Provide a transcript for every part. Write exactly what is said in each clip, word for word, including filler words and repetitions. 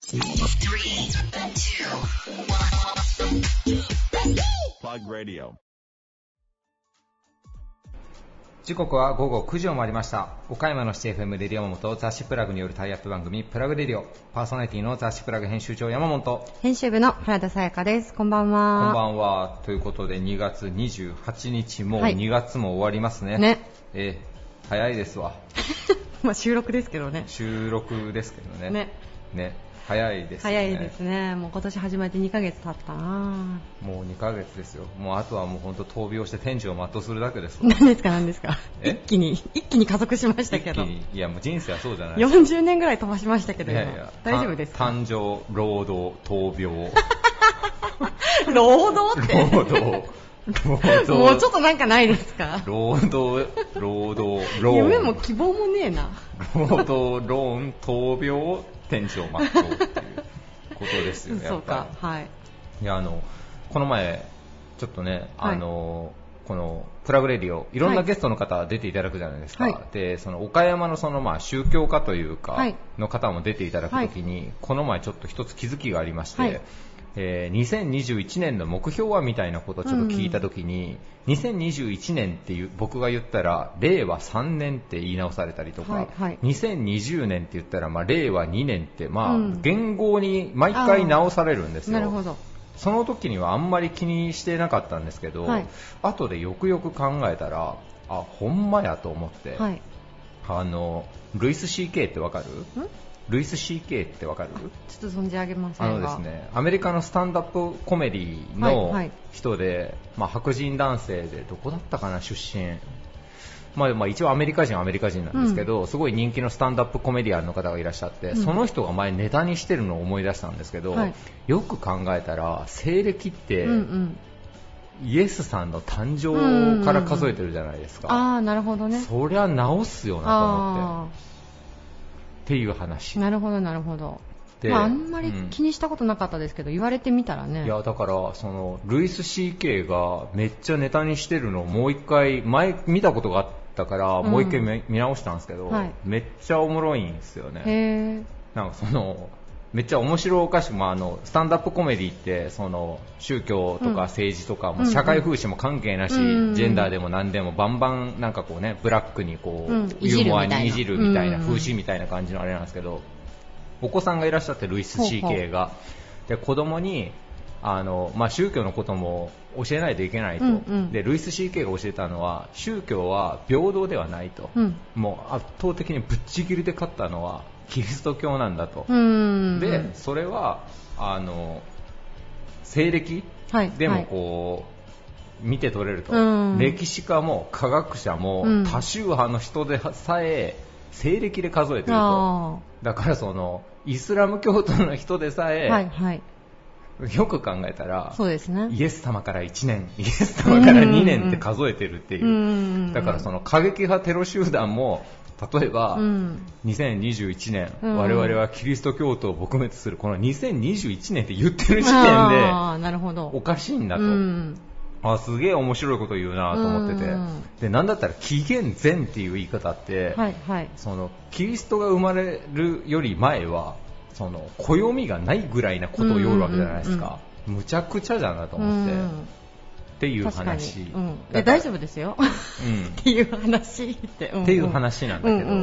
時刻は午後くじを回りました。岡山のシティ エフエム レディオ山本雑誌プラグによるタイアップ番組プラグレディオ、パーソナリティの雑誌プラグ編集長山本、 編集部の原田さやかです。こんばんは。 こんばんは。ということでにがつにじゅうはちにち、もうにがつも終わりますね。はい、ね、えー、早いですわ。 まあ収録ですけどね。 収録ですけどね。ね。ね、早いですね。 早いですね。もう今年始まってにかげつ経ったな。 もうにかげつですよ。もうあとはもう本当闘病して天寿を全うするだけです。 何ですか何ですか。一気に一気に加速しましたけど。 一気に、いやもう人生はそうじゃない。 よんじゅうねんぐらい飛ばしましたけど。いやいや、大丈夫ですか。 誕生、労働、闘病。 労働って。 労働。 もうちょっとなんかないですか。 労働、労働、ローン。 夢も希望もねえな。 労働、ローン、闘病、天寿を全うっていうことですよね。 そうか、はい。 いや、あのこの前ちょっとね、あの、はい、このプラグレディオいろんなゲストの方出ていただくじゃないですか。はい、でその岡山のそのまあ宗教家というかの方も出ていただくときに、はい、この前ちょっと一つ気づきがありまして。はい、えー、にせんにじゅういちねんの目標はみたいなことをちょっと聞いたときに、うん、にせんにじゅういちねんっていう僕が言ったられいわさんねんって言い直されたりとか、はいはい、にせんにじゅうねんって言ったらまあれいわにねんってまあ言語に毎回直されるんですよ。 なるほど。 その時にはあんまり気にしてなかったんですけど、はい、後でよくよく考えたらあほんまやと思って、はい、あのルイス シーケー ってわかる？んルイス シーケー ってわかる？ ちょっと存じ上げませんが、 あのですね、アメリカのスタンダップコメディの人で、はいはい、まあ、白人男性でどこだったかな出身、まあ、まあ一応アメリカ人はアメリカ人なんですけど、うん、すごい人気のスタンダップコメディアンの方がいらっしゃって、うん、その人が前ネタにしてるのを思い出したんですけど、はい、よく考えたら西暦って、うんうん、イエスさんの誕生から数えてるじゃないですか。 うんうんうん、あー、なるほどね。 そりゃ直すよなと思ってっていう話。 なるほどなるほど。まあ、あんまり気にしたことなかったですけど、うん、言われてみたらね。 いやだからそのルイス シーケー がめっちゃネタにしてるのをもう一回前見たことがあったから、うん、もう一回見直したんですけど、はい、めっちゃおもろいんですよね。へー。なんかそのめっちゃ面白おかしく、まあ、あのスタンダップコメディってその宗教とか政治とか、もう社会風刺も関係なし、うんうん、ジェンダーでも何でもバンバンなんかこうねブラックにこう、うん、ユーモアにいじるみたいな、風刺みたいな感じのあれなんですけど、お子さんがいらっしゃってルイス シーケー がほうほうで子供にあの、まあ、宗教のことも教えないといけないと、うんうん、でルイス シーケー が教えたのは宗教は平等ではないと、うん、もう圧倒的にぶっちぎりで勝ったのはキリスト教なんだと。でそれはあの西暦でもこう、はい、見て取れると、うん、歴史家も科学者も、うん、多宗派の人でさえ西暦で数えてると。だからそのイスラム教徒の人でさえ、はいはい、よく考えたらそうですね、イエス様からいちねんイエス様からにねんって数えてるっていう、うんうん、だからその過激派テロ集団も例えば、うん、にせんにじゅういちねん、うん、我々はキリスト教徒を撲滅する、このにせんにじゅういちねんって言ってる時点でなるほどおかしいんだと、うん、あすげえ面白いこと言うなと思ってて、うん、でなんだったら紀元前っていう言い方って、はいはい、そのキリストが生まれるより前はその暦がないぐらいなことを言うわけじゃないですか、うんうんうん、むちゃくちゃだなと思って、うん、っていう話、うん、 え大丈夫ですよ、うん、っていう話って、うんうん、 っていう話なんだけど、うんうんうんうん、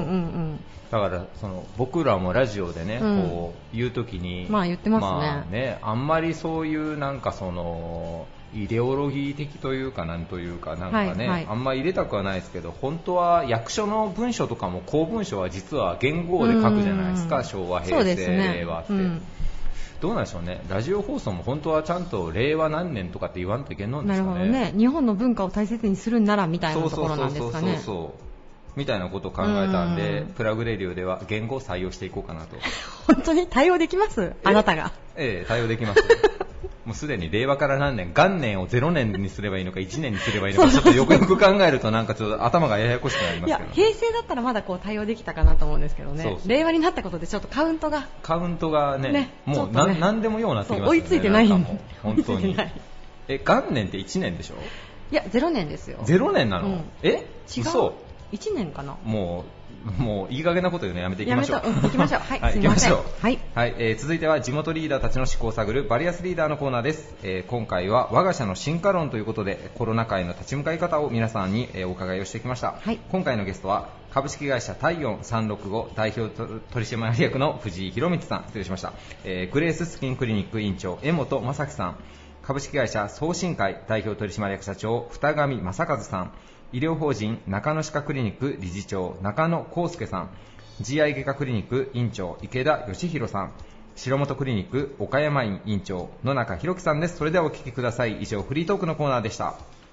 だからその僕らもラジオでね、うん、こう言うときに、 まあ言ってますね、 まあね、あんまりそういうなんかそのイデオロギー的というかなんというかなんかね、はいはい、あんまり入れたくはないですけど、本当は役所の文書とかも公文書は実は元号で書くじゃないですか、昭和平成、ね、令和って、うん、どうなんでしょうね、ラジオ放送も本当はちゃんと令和何年とかって言わんといけんのんですかね。 なるほどね、日本の文化を大切にするならみたいなところなんですかね。そうそうそうそうみたいなことを考えたんで、プラグレディオでは言語を採用していこうかなと。 本当に対応できます？あなたが。 ええ、対応できます。もうすでに令和から何年、元年をゼロねんにすればいいのかいちねんにすればいいのかちょっとよくよく考えるとなんかちょっと頭がややこしくなりますけど、ね、 いや平成だったらまだこう対応できたかなと思うんですけどね。そうそう、令和になったことでちょっとカウントがカウントが ね, ねもうな、ね、何でもようなってきますよね。 追いついてないんも本当にえ元年っていちねんでしょ。 いやゼロねんですよ。 ゼロねんなの、うん、え違う嘘いちねんかな。 もうもういい加減なこと言うのやめていきましょう。 やめと、うん、行きましょう。はい、 はい、 すみません。 行きましょう。はい、はい、えー、続いては地元リーダーたちの思考を探るバリアスリーダーのコーナーです。えー、今回は我が社の進化論ということでコロナ禍への立ち向かい方を皆さんに、えー、お伺いをしてきました。はい、今回のゲストは株式会社体温さんろくご代表取締役の藤井博光さん、失礼しました。えー、グレーススキンクリニック院長江本正樹さん、株式会社送信会代表取締役社長二上正和さん、医療法人中野歯科クリニック理事長中野康介さん、 ジーアイ 外科クリニック院長池田義弘さん、白本クリニック岡山院院長野中弘樹さんです。それではお聞きください。以上フリートークのコーナーでした。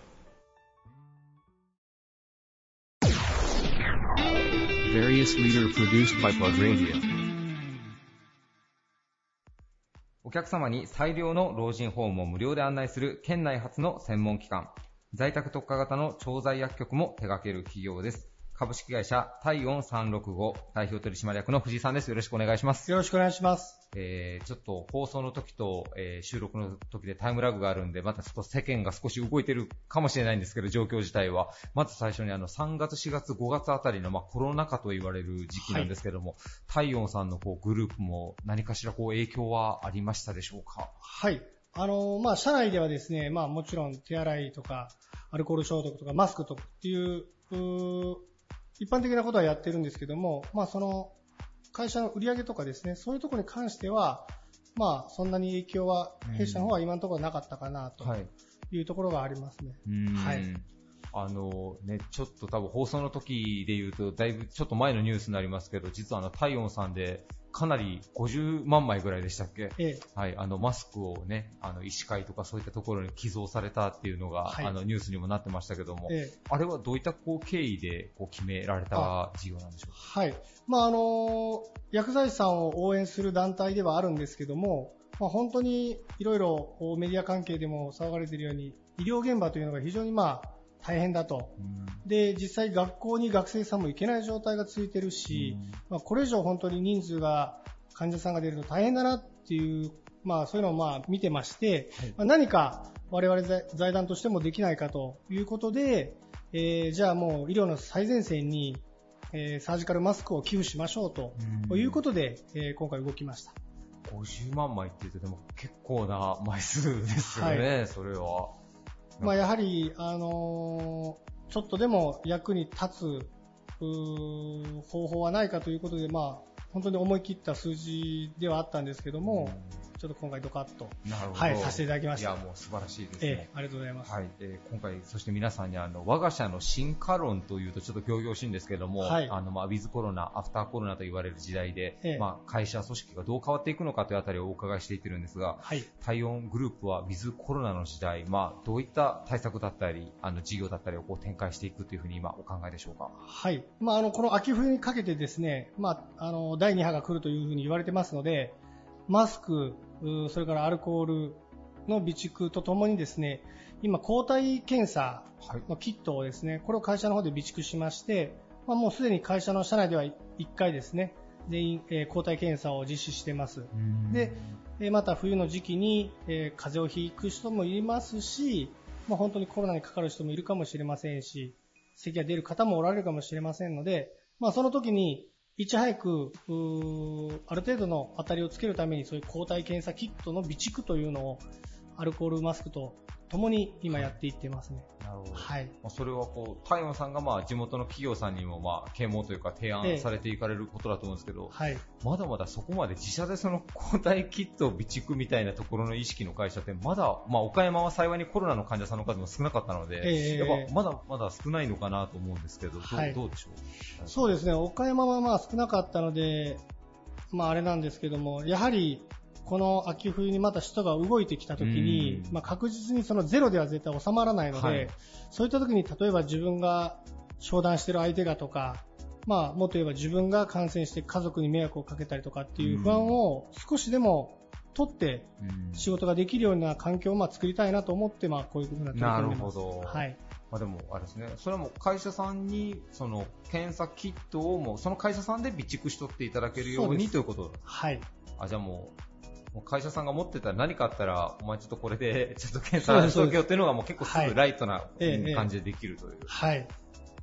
お客様に最良の老人ホームを無料で案内する県内初の専門機関、在宅特化型の調剤薬局も手掛ける企業です。株式会社体温さんろくご代表取締役の藤井さんです。よろしくお願いします。 よろしくお願いします。 えー、ちょっと放送の時と、えー、収録の時でタイムラグがあるんで、またちょっと世間が少し動いてるかもしれないんですけど、状況自体はまず最初にあのさんがつしがつごがつあたりの、まあ、コロナ禍と言われる時期なんですけども、はい、体温さんのこうグループも何かしらこう影響はありましたでしょうか。 はい、あのーまあ、社内ではですね、まあ、もちろん手洗いとかアルコール消毒とかマスクとかっていう、う一般的なことはやってるんですけども、まあ、その会社の売り上げとかですね、そういうところに関しては、まあ、そんなに影響は弊社の方は今のところなかったかなというところがありますね。 うん、はい、あのね、ちょっと多分放送の時で言うとだいぶちょっと前のニュースになりますけど、実はあの体温さんでかなりごじゅうまんまいぐらいでしたっけ、ええ、はい、あのマスクをね、あの医師会とかそういったところに寄贈されたっていうのが、はい、あのニュースにもなってましたけども、ええ、あれはどういったこう経緯でこう決められた事業なんでしょうか。 はい、まああの薬剤師さんを応援する団体ではあるんですけども、まあ、本当にいろいろメディア関係でも騒がれているように医療現場というのが非常にまあ大変だと、うん、で実際学校に学生さんも行けない状態が続いているし、うん、まあ、これ以上本当に人数が患者さんが出ると大変だなっていう、まあ、そういうのをまあ見てまして、はい、まあ、何か我々財団としてもできないかということで、えー、じゃあもう医療の最前線に、えー、サージカルマスクを寄付しましょうと、うん、いうことで、えー、今回動きました。 ごじゅうまんまいって言ってでも結構な枚数ですよね、はい、それは。 まあ、やはり、あのー、ちょっとでも役に立つ方法はないかということで、まあ、本当に思い切った数字ではあったんですけども、うん、ちょっと今回ドカッと、はい、させていただきました。 いや、もう素晴らしいですね。 えー、ありがとうございます。 はい、えー、今回、そして皆さんにあの我が社の進化論というとちょっと仰々しいんですけども、はい、あのまあウィズコロナ、アフターコロナと言われる時代で、えーまあ、会社組織がどう変わっていくのかというあたりをお伺いしていってるんですが、はい、体温グループはウィズコロナの時代、まあ、どういった対策だったり、あの事業だったりをこう展開していくというふうに今お考えでしょうか。 はい、まあ、あのこの秋冬にかけてですね、まあ、あのだいに波が来るというふうに言われてますので、マスク、それからアルコールの備蓄とともにですね、今抗体検査のキットをですね、これを会社の方で備蓄しまして、まあ、もうすでに会社の社内ではいっかいですね、全員、えー、抗体検査を実施しています。で、えー、また冬の時期に、えー、風邪をひく人もいますし、まあ、本当にコロナにかかる人もいるかもしれませんし、咳が出る方もおられるかもしれませんので、まあ、その時にいち早くある程度の当たりをつけるためにそういう抗体検査キットの備蓄というのをアルコールマスクとともに今やっていってますね。 なるほど。はい。それはこう、体温さんがまあ地元の企業さんにもまあ啓蒙というか提案されていかれることだと思うんですけど、ええ、はい、まだまだそこまで自社でその抗体キットを備蓄みたいなところの意識の会社ってまだ、まあ岡山は幸いにコロナの患者さんの数も少なかったので、え、やっぱまだまだ少ないのかなと思うんですけど、はい、どう、どうでしょう。 そうですね。岡山はまあ少なかったので、まああれなんですけども、やはりこの秋冬にまた人が動いてきたときに、まあ、確実にそのゼロでは絶対収まらないので、はい、そういったときに例えば自分が商談している相手がとか、まあ、もっと言えば自分が感染して家族に迷惑をかけたりとかっていう不安を少しでも取って仕事ができるような環境をまあ作りたいなと思って、まあ、こういうふうな取り組んでます。なるほど。はい。 まあ、でもあれですね、それはもう会社さんにその検査キットをもうその会社さんで備蓄しとっていただけるようにということです。 はい。 あ、じゃあもう会社さんが持ってたら何かあったらお前ちょっとこれでちょっと検査しとけよっていうのがもう結構すぐライトな感じでできるという。 はい。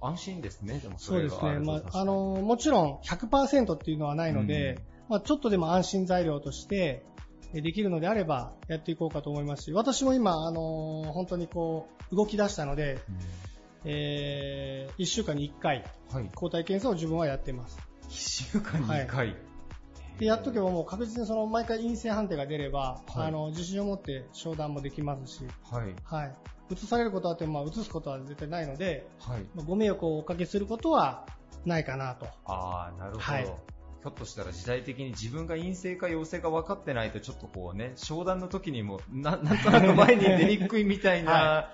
安心ですね。でもそれがそうですね。まあ、あの、もちろん ひゃくパーセント っていうのはないので、うん、まあ、ちょっとでも安心材料としてできるのであればやっていこうかと思いますし、私も今、あの、本当にこう、動き出したので、うん、えー、いっしゅうかんにいっかい、抗体検査を自分はやってます。 いっしゅうかんにいっかい、はい、 でやっとけばもう確実にその毎回陰性判定が出れば、はい、あの自信を持って商談もできますし、はいはい、移されることはあっても、まあ、移すことは絶対ないので、はい、まあ、ご迷惑をおかけすることはないかなと。 ああ、なるほど、はい、ひょっとしたら時代的に自分が陰性か陽性か分かってないとちょっとこうね、商談の時にも な, なんとなく前に出にくいみたいな、はい、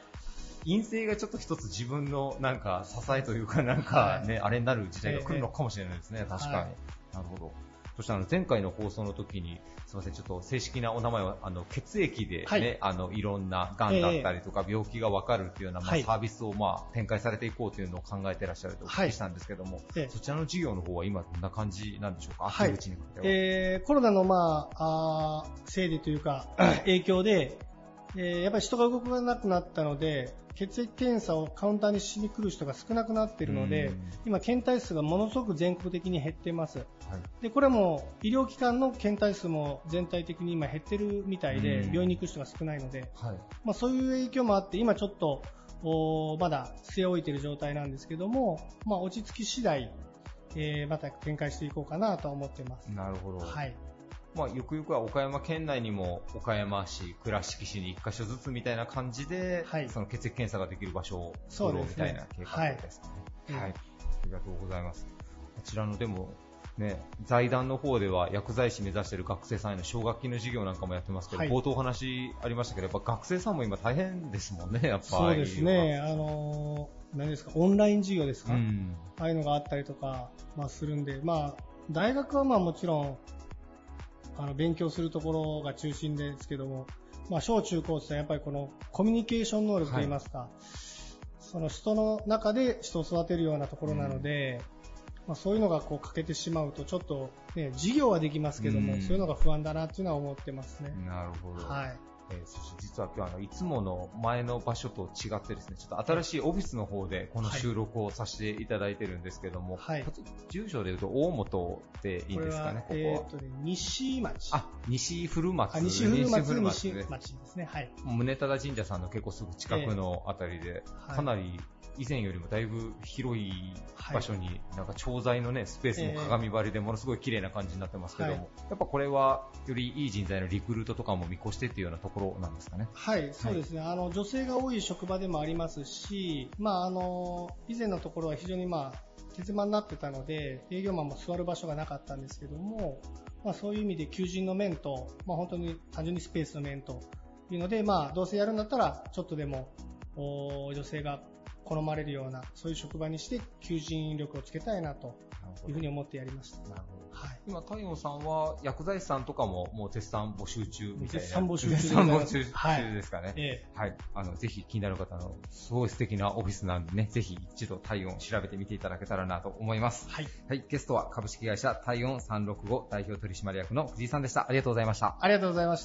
陰性がちょっと一つ自分のなんか支えというかなんかね、はい、あれになる時代が来るのかもしれないですね、えー、確かに、はい、なるほど。そしてあの前回の放送の時にすみません、ちょっと正式なお名前はあの血液でね、はい、あのいろんながんだったりとか病気が分かるっていうような、まあ、サービスをまあ展開されていこうというのを考えていらっしゃるとお聞きしたんですけども、はい、そちらの事業の方は今どんな感じなんでしょうか。 はい、 秋口にえー、コロナのまあ、あせいでというか影響で、えー、やっぱり人が動かなくなったので血液検査をカウンターにしに来る人が少なくなっているので、今検体数がものすごく全国的に減っています、はい、でこれも医療機関の検体数も全体的に今減っているみたいで、病院に行く人が少ないので、はい、まあ、そういう影響もあって今ちょっとまだ据え置いている状態なんですけども、まあ、落ち着き次第、えー、また展開していこうかなと思っています。 なるほど、 はい、 まあ、ゆくゆくは岡山県内にも岡山市、倉敷市にいっかしょずつみたいな感じで、はい、その血液検査ができる場所を作ろうみたいな計画ですね。はい、はい、ありがとうございます。こちらのでもね、財団の方では薬剤師目指している学生さんへの奨学金の授業なんかもやってますけど、はい、冒頭お話ありましたけど、やっぱ学生さんも今大変ですもんね、やっぱり。 そうですね、あの何ですか、オンライン授業ですか、うん、ああいうのがあったりとか、まあ、するんで、まあ、大学はまあもちろんあの勉強するところが中心ですけども、まあ、小中高ってやっぱりこのコミュニケーション能力といいますか、はい、その人の中で人を育てるようなところなので、うん、まあ、そういうのがこう欠けてしまうとちょっと、ね、授業はできますけども、うん、そういうのが不安だなっていうのは思ってますね。 なるほど、はい、えー、そして実は今日あのいつもの前の場所と違ってですね、ちょっと新しいオフィスの方でこの収録をさせていただいてるんですけども、はい、住所でいうと大本でいいですかね、ここは。 えーとね、西町。 あ、西古松。 あ、西古松、西古町ですね。はい。 宗忠神社さんの結構すぐ近くのあたりで、えー、かなり以前よりもだいぶ広い場所に、なんか調剤のね、スペースも鏡張りでものすごい綺麗な感じになってますけども、はい、やっぱこれはよりいい人材のリクルートとかも見越してっていうようなところなんですかね。 はい、そうですね。はい、あの、女性が多い職場でもありますし、まあ、あの、以前のところは非常にまあ、手狭になってたので、営業マンも座る場所がなかったんですけども、まあ、そういう意味で求人の面と、まあ、本当に単純にスペースの面というので、まあ、どうせやるんだったら、ちょっとでも、女性が好まれるような、そういう職場にして求人力をつけたいなというふうに思ってやりました。なるほど。はい、 今、太陽さんは薬剤師さんとかももう絶賛募集中みたいな。 絶賛募集中絶賛募集中ですかね。はい。ええ、はい。あの、ぜひ気になる方の、すごい素敵なオフィスなんでね、ぜひ一度体温を調べてみていただけたらなと思います。はい。はい。ゲストは株式会社体温さんろくご代表取締役の藤井さんでした。ありがとうございました。 ありがとうございました。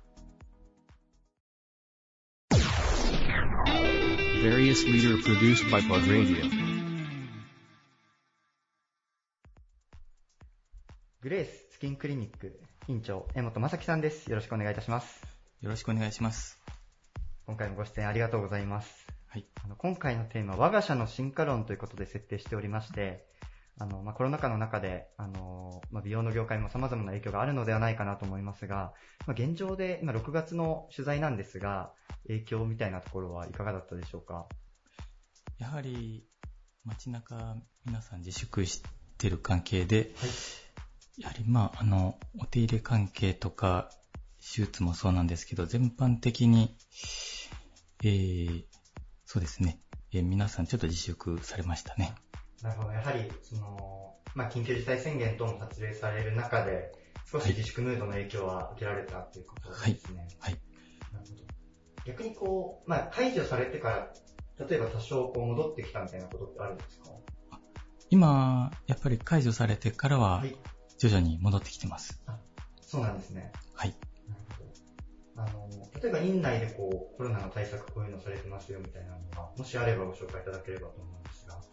Various leader produced by Pod Radio。 グレーススキンクリニック院長江本正樹さんです。よろしくお願いいたします。 よろしくお願いします。 今回もご出演ありがとうございます。 はい。 あの今回のテーマは我が社の進化論ということで設定しておりまして、あのまあ、コロナ禍の中であの、まあ、美容の業界も様々な影響があるのではないかなと思いますが、まあ、現状で今ろくがつの取材なんですが、影響みたいなところはいかがだったでしょうか。 やはり街中皆さん自粛している関係で、はい、やはりまああのお手入れ関係とか手術もそうなんですけど、全般的に、えー、そうですね、えー、皆さんちょっと自粛されましたね。 なるほど。やはりその、まあ、緊急事態宣言等も発令される中で少し自粛ムードの影響は受けられたということですね。 はい。はい、 なるほど。逆にこう、まあ、解除されてから例えば多少こう戻ってきたみたいなことってあるんですか？ 今やっぱり解除されてからは徐々に戻ってきてます。 はい、あ、そうなんですね。 はい。 なるほど。あの例えば院内でこうコロナの対策こういうのされてますよみたいなのがもしあればご紹介いただければと思うんですが。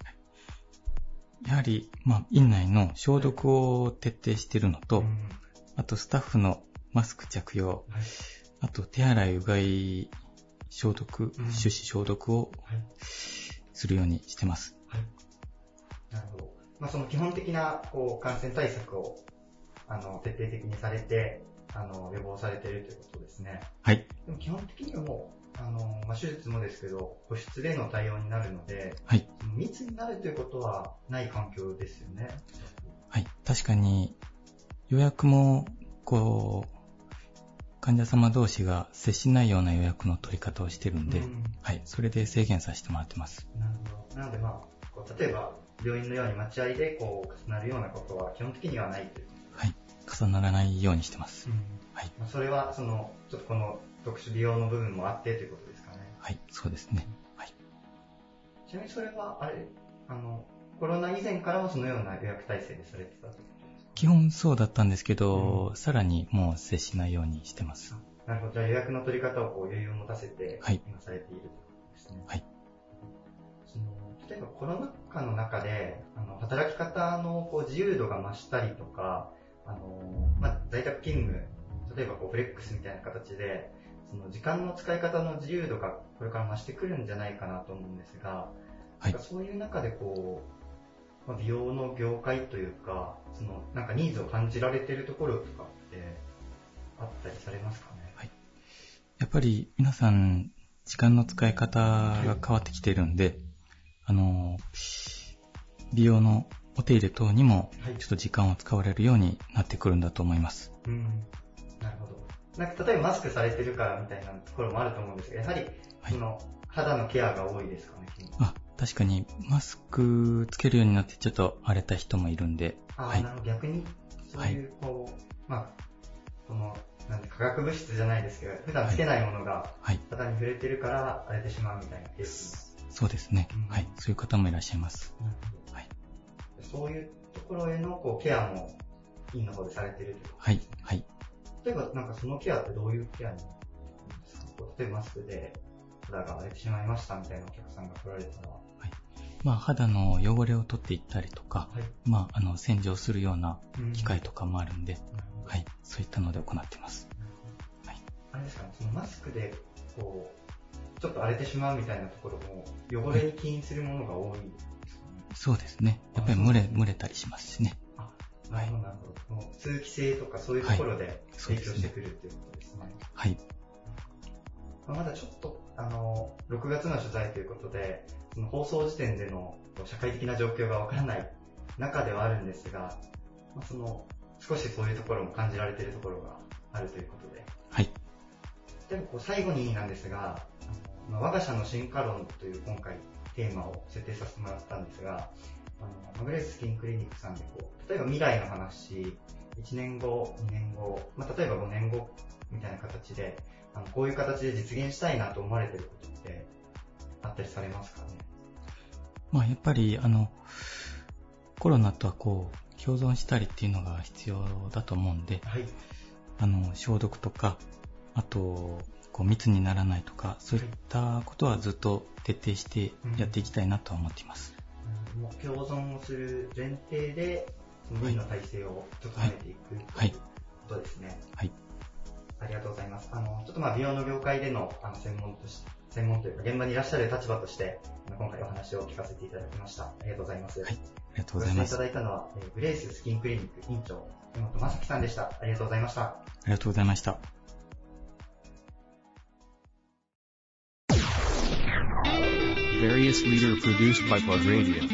やはり、まあ、院内の消毒を徹底しているのと、 うん、 あとスタッフのマスク着用、はい、あと手洗い、うがい、消毒、うん、手指消毒をするようにしてます。 はい。なるほど。まあ、その基本的なこう感染対策をあの徹底的にされて、あの予防されているということですね。 はい。 でも基本的にはもうあの、まあ、手術もですけど、個室での対応になるので、 はい。 密になるということはない環境ですよね。 はい。確かに予約もこう患者様同士が接しないような予約の取り方をしてるんで、うん、はい、それで制限させてもらってます。 なるほど。なので、まあ、こう例えば病院のように待合でこう重なるようなことは基本的にはないという。 はい、重ならないようにしてます。うん、 はい。それはそのちょっとこの特殊美容の部分もあってということですかね。 はい、そうですね。はい。 ちなみにそれはあれあのコロナ以前からもそのような予約体制でされてたということですか？ 基本そうだったんですけど、うん、さらにもう接しないようにしてます。 なるほど。じゃあ予約の取り方をこう余裕を持たせて、はい、今されているということですね。 はい。 その例えばコロナ禍の中で、あの働き方のこう自由度が増したりとか、あのまあ、在宅勤務、例えばこうフレックスみたいな形で、その時間の使い方の自由度がこれから増してくるんじゃないかなと思うんですが、はい、なんかそういう中でこう、まあ、美容の業界というか、そのなんかニーズを感じられているところとかってあったりされますかね？ はい。やっぱり皆さん時間の使い方が変わってきているんで、はい、あの美容のお手入れ等にもちょっと時間を使われるようになってくるんだと思います。 うん。なるほど。なんか例えばマスクされてるからみたいなところもあると思うんですが、やはりその肌のケアが多いですかね？ あ、確かにマスクつけるようになってちょっと荒れた人もいるんで。 あ、はい、なるほど。逆にそういうこう、はい、まあそのなんて化学物質じゃないですけど、普段つけないものが肌に触れてるから荒れてしまうみたいなケース、 はい、そうですね、うん、はい、そういう方もいらっしゃいます。 なるほど。はい、そういうところへのこうケアも院の方でされているということですね。 はいはい。 例えばなんかそのケアってどういうケアになるんですか？例えばマスクで肌が荒れてしまいましたみたいなお客さんが来られたら、はい、 まあ、肌の汚れを取っていったりとか、はい、まあ、あの洗浄するような機械とかもあるんで、うん、はい、そういったので行っています。 はい、あれですかね、そのマスクでこうちょっと荒れてしまうみたいなところも汚れに起因するものが多いんですかね？ はい、そうですね。やっぱり蒸れ蒸れたりしますしね。 あ、なるほどなるほど。通気性とかそういうところで影響してくるっていうことですね。 はい。 まだちょっとあのろくがつの取材ということで、その放送時点での社会的な状況がわからない中ではあるんですが、まあ、その少しそういうところも感じられているところがあるということで、 はい。 でもこう最後になんですが、あの我が社の進化論という今回テーマを設定させてもらったんですが、あのグレーススキンクリニックさんでこう例えば未来の話、いちねんご、にねんご、まあ、例えばごねんごみたいな形で、あのこういう形で実現したいなと思われていることってあったりされますかね？ まあやっぱりあのコロナとはこう共存したりっていうのが必要だと思うんで、はい、あの消毒とか、あとこう密にならないとか、そういったことはずっと徹底してやっていきたいなとは思っています。 うん、もう共存をする前提でその院の体制を整えていく、はい、ということですね。はい。ありがとうございます。あのちょっとまあ美容の業界でのあの専門として専門というか現場にいらっしゃる立場として今回お話を聞かせていただきました。ありがとうございます。はい、ありがとうございます。 ご出演いただいたのはグレーススキンクリニック院長根本正樹さんでした。ありがとうございました。ありがとうございました。 Various Leader Produced by Pod Radio。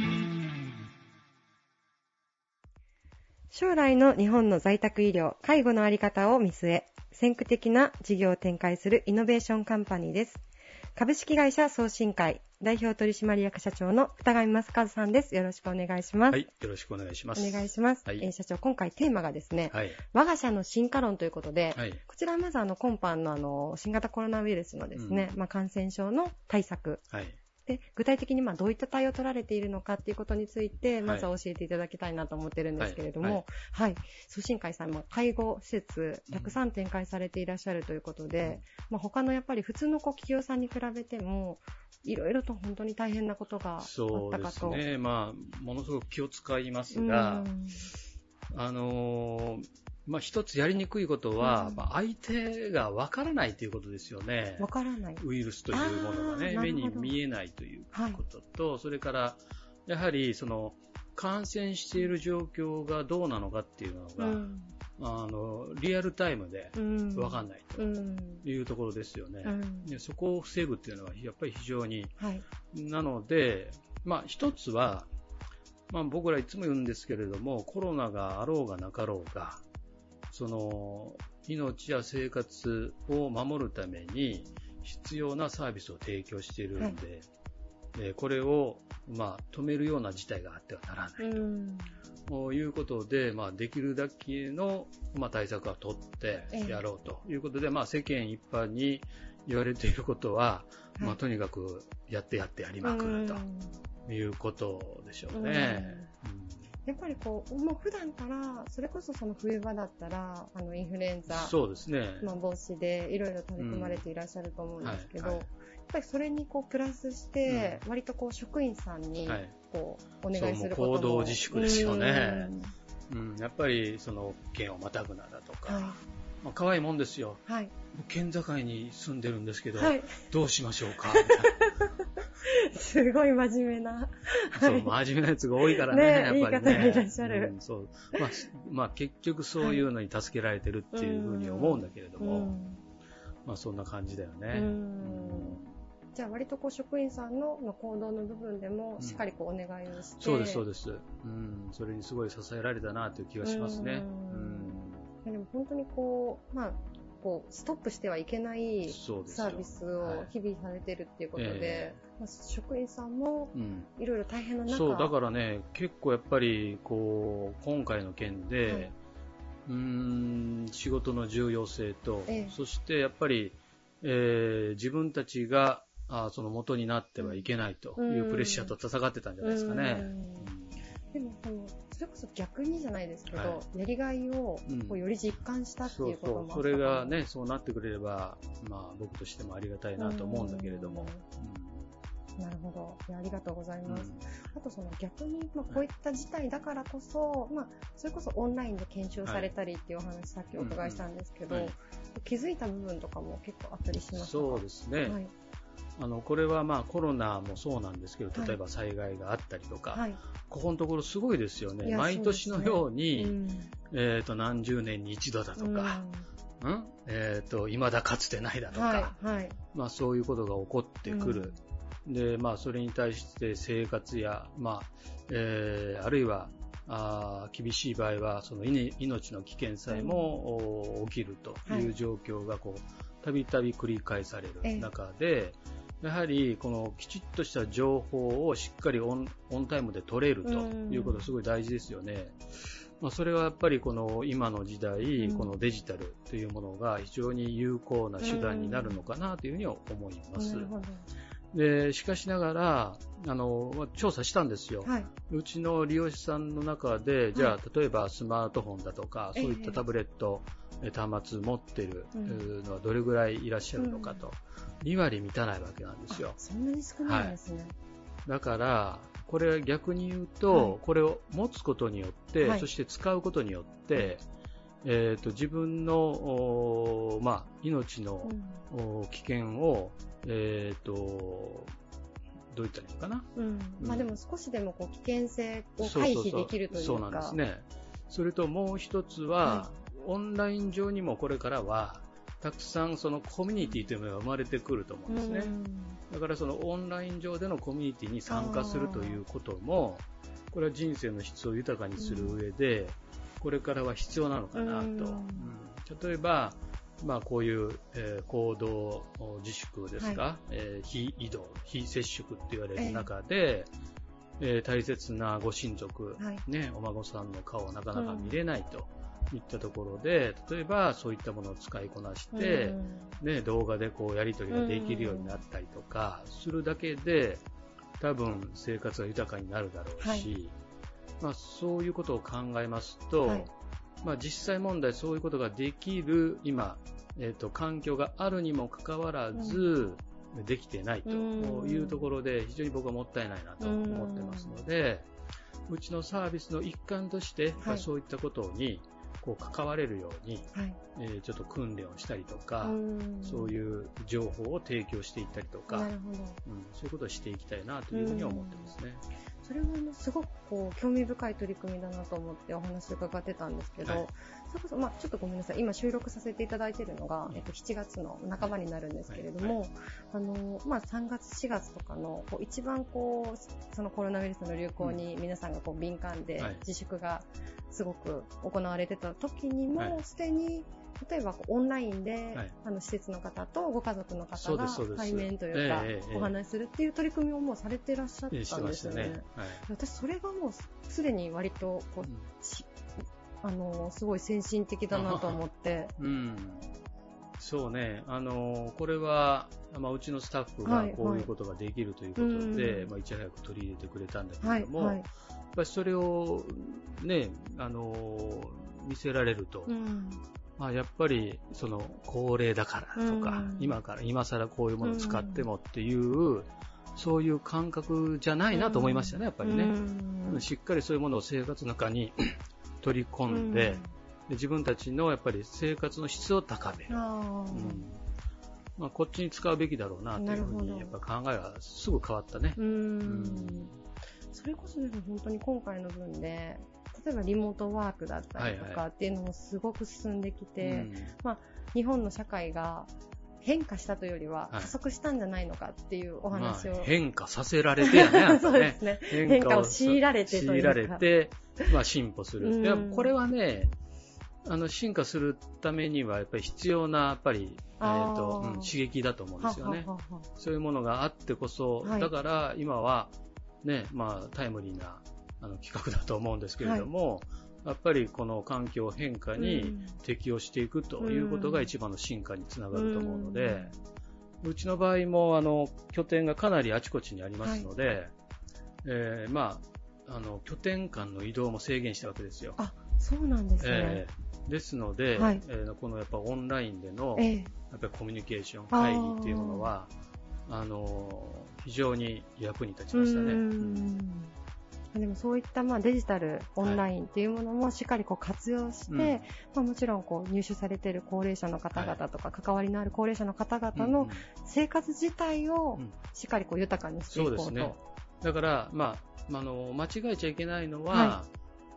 将来の日本の在宅医療・介護の在り方を見据え、先駆的な事業を展開するイノベーションカンパニーです。株式会社送信会代表取締役社長の二上正和さんです。よろしくお願いします。 はい、よろしくお願いします。 お願いします。はい、えー、社長、今回テーマがですね、はい、我が社の進化論ということで、はい、こちらはまずあの今般のあの新型コロナウイルスのですね、うん、まあ、感染症の対策。はいで具体的にまあどういった対応を取られているのかっていうことについて、まずは教えていただきたいなと思ってるんですけれども、はい。送信会さんも介護施設、たくさん展開されていらっしゃるということで、うん、まあ、他のやっぱり普通のこう企業さんに比べても、いろいろと本当に大変なことがあったかと。 そうですね。まあ、ものすごく気を使いますが、あのー、まあ、一つやりにくいことは、うん、まあ、相手がわからないということですよね。 わからない。 ウイルスというものがね、目に見えないということと、はい、それから、やはり、その、感染している状況がどうなのかっていうのが、うん、あの、リアルタイムでわかんないというところですよね。うん、でそこを防ぐっていうのは、やっぱり非常に、はい、なので、まあ、一つは、まあ、僕らいつも言うんですけれども、コロナがあろうがなかろうが、その、命や生活を守るために必要なサービスを提供しているので、はい、えー、これを、まあ、止めるような事態があってはならないということで、まあ、できるだけの、まあ、対策は取ってやろうということで、えー、まあ、世間一般に言われていることは、はい、まあ、とにかくやってやってやりまくるということでしょうね。 やっぱりこう、もう普段から、それこそその冬場だったら、あの、インフルエンザ、 そうですね。 まあ、防止でいろいろ取り組まれていらっしゃると思うんですけど、うんはいはい、やっぱりそれにこう、プラスして、割とこう、職員さんに、こう、お願いすることも、 行動自粛ですよね。うん、やっぱり、その、県をまたぐなだとか、はい、まあ、可愛いもんですよ。はい。県境に住んでるんですけど、はい、どうしましょうかみたいな。 すごい真面目な。 そう、真面目なやつが多いからね、ねやっぱりね。 いい方がいらっしゃる。 うん、そう。まあ、まあ、結局そういうのに助けられてるっていうふうに思うんだけれども、うん、まあ、そんな感じだよね。うん、 じゃあ、割とこう、職員さんの行動の部分でも、しっかりこう、お願いをして、うん、 そうです、そうです。うん、それにすごい支えられたなという気がしますね。うんうん、でも本当にこう、まあ、こうストップしてはいけないサービスを日々されてるっていうことで、はいえーまあ、職員さんもいろいろ大変な中、 うん、そうだからね結構やっぱりこう今回の件で、はい、うーん仕事の重要性と、えー、そしてやっぱり、えー、自分たちがあその元になってはいけないというプレッシャーと戦ってたんじゃないですかね。うんうんでもそのそれこそ逆にじゃないですけど、はい、やりがいをこうより実感したっていうこともあったかも、うん、そうそうそれがねそうなってくれれば、まあ、僕としてもありがたいなと思うんだけれども、 うん、なるほどいやありがとうございます、うん、あとその逆に、まあ、こういった事態だからこそ、まあ、それこそオンラインで研修されたりっていうお話、はい、さっきお伺いしたんですけど、うんうんはい、気づいた部分とかも結構あったりしましたか？ そうですね、はいあのこれはまあコロナもそうなんですけど例えば災害があったりとか、はい、ここのところすごいですよね毎年のように、うんえー、と何十年に一度だとか、うんうんえー、と未だかつてないだとか、はいはいまあ、そういうことが起こってくる、うんでまあ、それに対して生活や、まあえー、あるいはあ厳しい場合はその命の危険さえも、うん、起きるという状況がこうたびたび繰り返される中で、やはりこのきちっとした情報をしっかりオン、オンタイムで取れるということがすごい大事ですよね。まあ、それはやっぱりこの今の時代、このデジタルというものが非常に有効な手段になるのかなというふうに思います。でしかしながらあの調査したんですよ、はい、うちの利用者さんの中でじゃあ例えばスマートフォンだとか、はい、そういったタブレット、えー、端末持ってるのはどれぐらいいらっしゃるのかと、うん、に割満たないわけなんですよ。 そんなに少ないんですね、はい、 だからこれ逆に言うと、はい、これを持つことによって、はい、そして使うことによって、えー、と自分の、まあ、命の、うん、危険をえーと、どう言ったらいいのかな、 うんまあ、でも少しでもこう危険性を回避できるというか。 そうなんですね。それともう一つは、はい、オンライン上にもこれからはたくさんそのコミュニティというものが生まれてくると思うんですね、うん、だからそのオンライン上でのコミュニティに参加するということもこれは人生の質を豊かにする上で、うん、これからは必要なのかなと、うんうん、例えばまあ、こういう、えー、行動自粛ですか、はいえー、非移動、非接触って言われる中で、えーえー、大切なご親族、はいね、お孫さんの顔をなかなか見れないといったところで、うん、例えばそういったものを使いこなして、うんね、動画でこうやり取りができるようになったりとかするだけで、 多分生活が豊かになるだろうし、はい、まあ、そういうことを考えますと、はい、まあ、実際問題そういうことができる今、えーと、環境があるにもかかわらず、うん、できてないというところで非常に僕はもったいないなと思ってますので、うちのサービスの一環として、はい、そういったことにこう関われるように、はい、えー、ちょっと訓練をしたりとか、そういう情報を提供していったりとか、なるほど、うん、そういうことをしていきたいなというふうに思ってますね。 それは、ね、すごくこう興味深い取り組みだなと思ってお話を伺ってたんですけど、はい、それこそ、まあ、ちょっとごめんなさい、今収録させていただいているのが、えっと、しちがつの半ばになるんですけれども、はいはい、あのまあ、さんがつしがつとかのこう一番こうそのコロナウイルスの流行に皆さんがこう敏感で自粛がすごく行われてた時にもすで、はい、に例えばこうオンラインで、はい、あの施設の方とご家族の方が対面というか、えーえー、お話しするっていう取り組みをもうされていらっしゃったんですよね。えーね、はい、私それがもうすでに割とこう、うん、あのすごい先進的だなと思って、うん、 そうね、あのこれは、まあ、うちのスタッフがこういうことができるということで、はいはい、まあ、いち早く取り入れてくれたんだけれども、はいはい、やっぱりそれをね、あの見せられると、うん、まあ、やっぱりその高齢だからとか、うん、今から今更こういうものを使ってもっていう、うん、そういう感覚じゃないなと思いましたね、やっぱりね、うん、しっかりそういうものを生活の中に取り込んで、うん、で自分たちのやっぱり生活の質を高める、うん、まあ、こっちに使うべきだろうなというふうにやっぱ考えがすぐ変わったね。うん、うん、 それこそでも本当に今回の分で例えばリモートワークだったりとかっていうのもすごく進んできて、はいはい、まあ、日本の社会が変化したというよりは加速したんじゃないのかっていうお話を、 まあ、変化させられてやね、 そうですね、変化を強いられてというか、 強いられて、まあ、進歩する、うん、いやこれはね、あの進化するためにはやっぱり必要なやっぱり、えーとうん、刺激だと思うんですよね。ははははそういうものがあってこそ、はい、だから今はね、まあ、タイムリーなあの企画だと思うんですけれども、はい、やっぱりこの環境変化に適応していくということが一番の進化につながると思うので、うん、うちの場合もあの拠点がかなりあちこちにありますので、はい、えー、まあ、あの拠点間の移動も制限したわけですよ。 あ、そうなんですね。 えー、ですので、はい、えー、このやっぱオンラインでの、えー、やっぱりコミュニケーション会議っていうものはあの非常に役に立ちましたね。うん、 でもそういったまあデジタルオンラインっていうものもしっかりこう活用して、はい、まあ、もちろんこう入手されている高齢者の方々とか、はい、関わりのある高齢者の方々の生活自体をしっかりこう豊かにしていこうと、うん、そうですね。 だから、まあ、あの間違えちゃいけないのは、はい、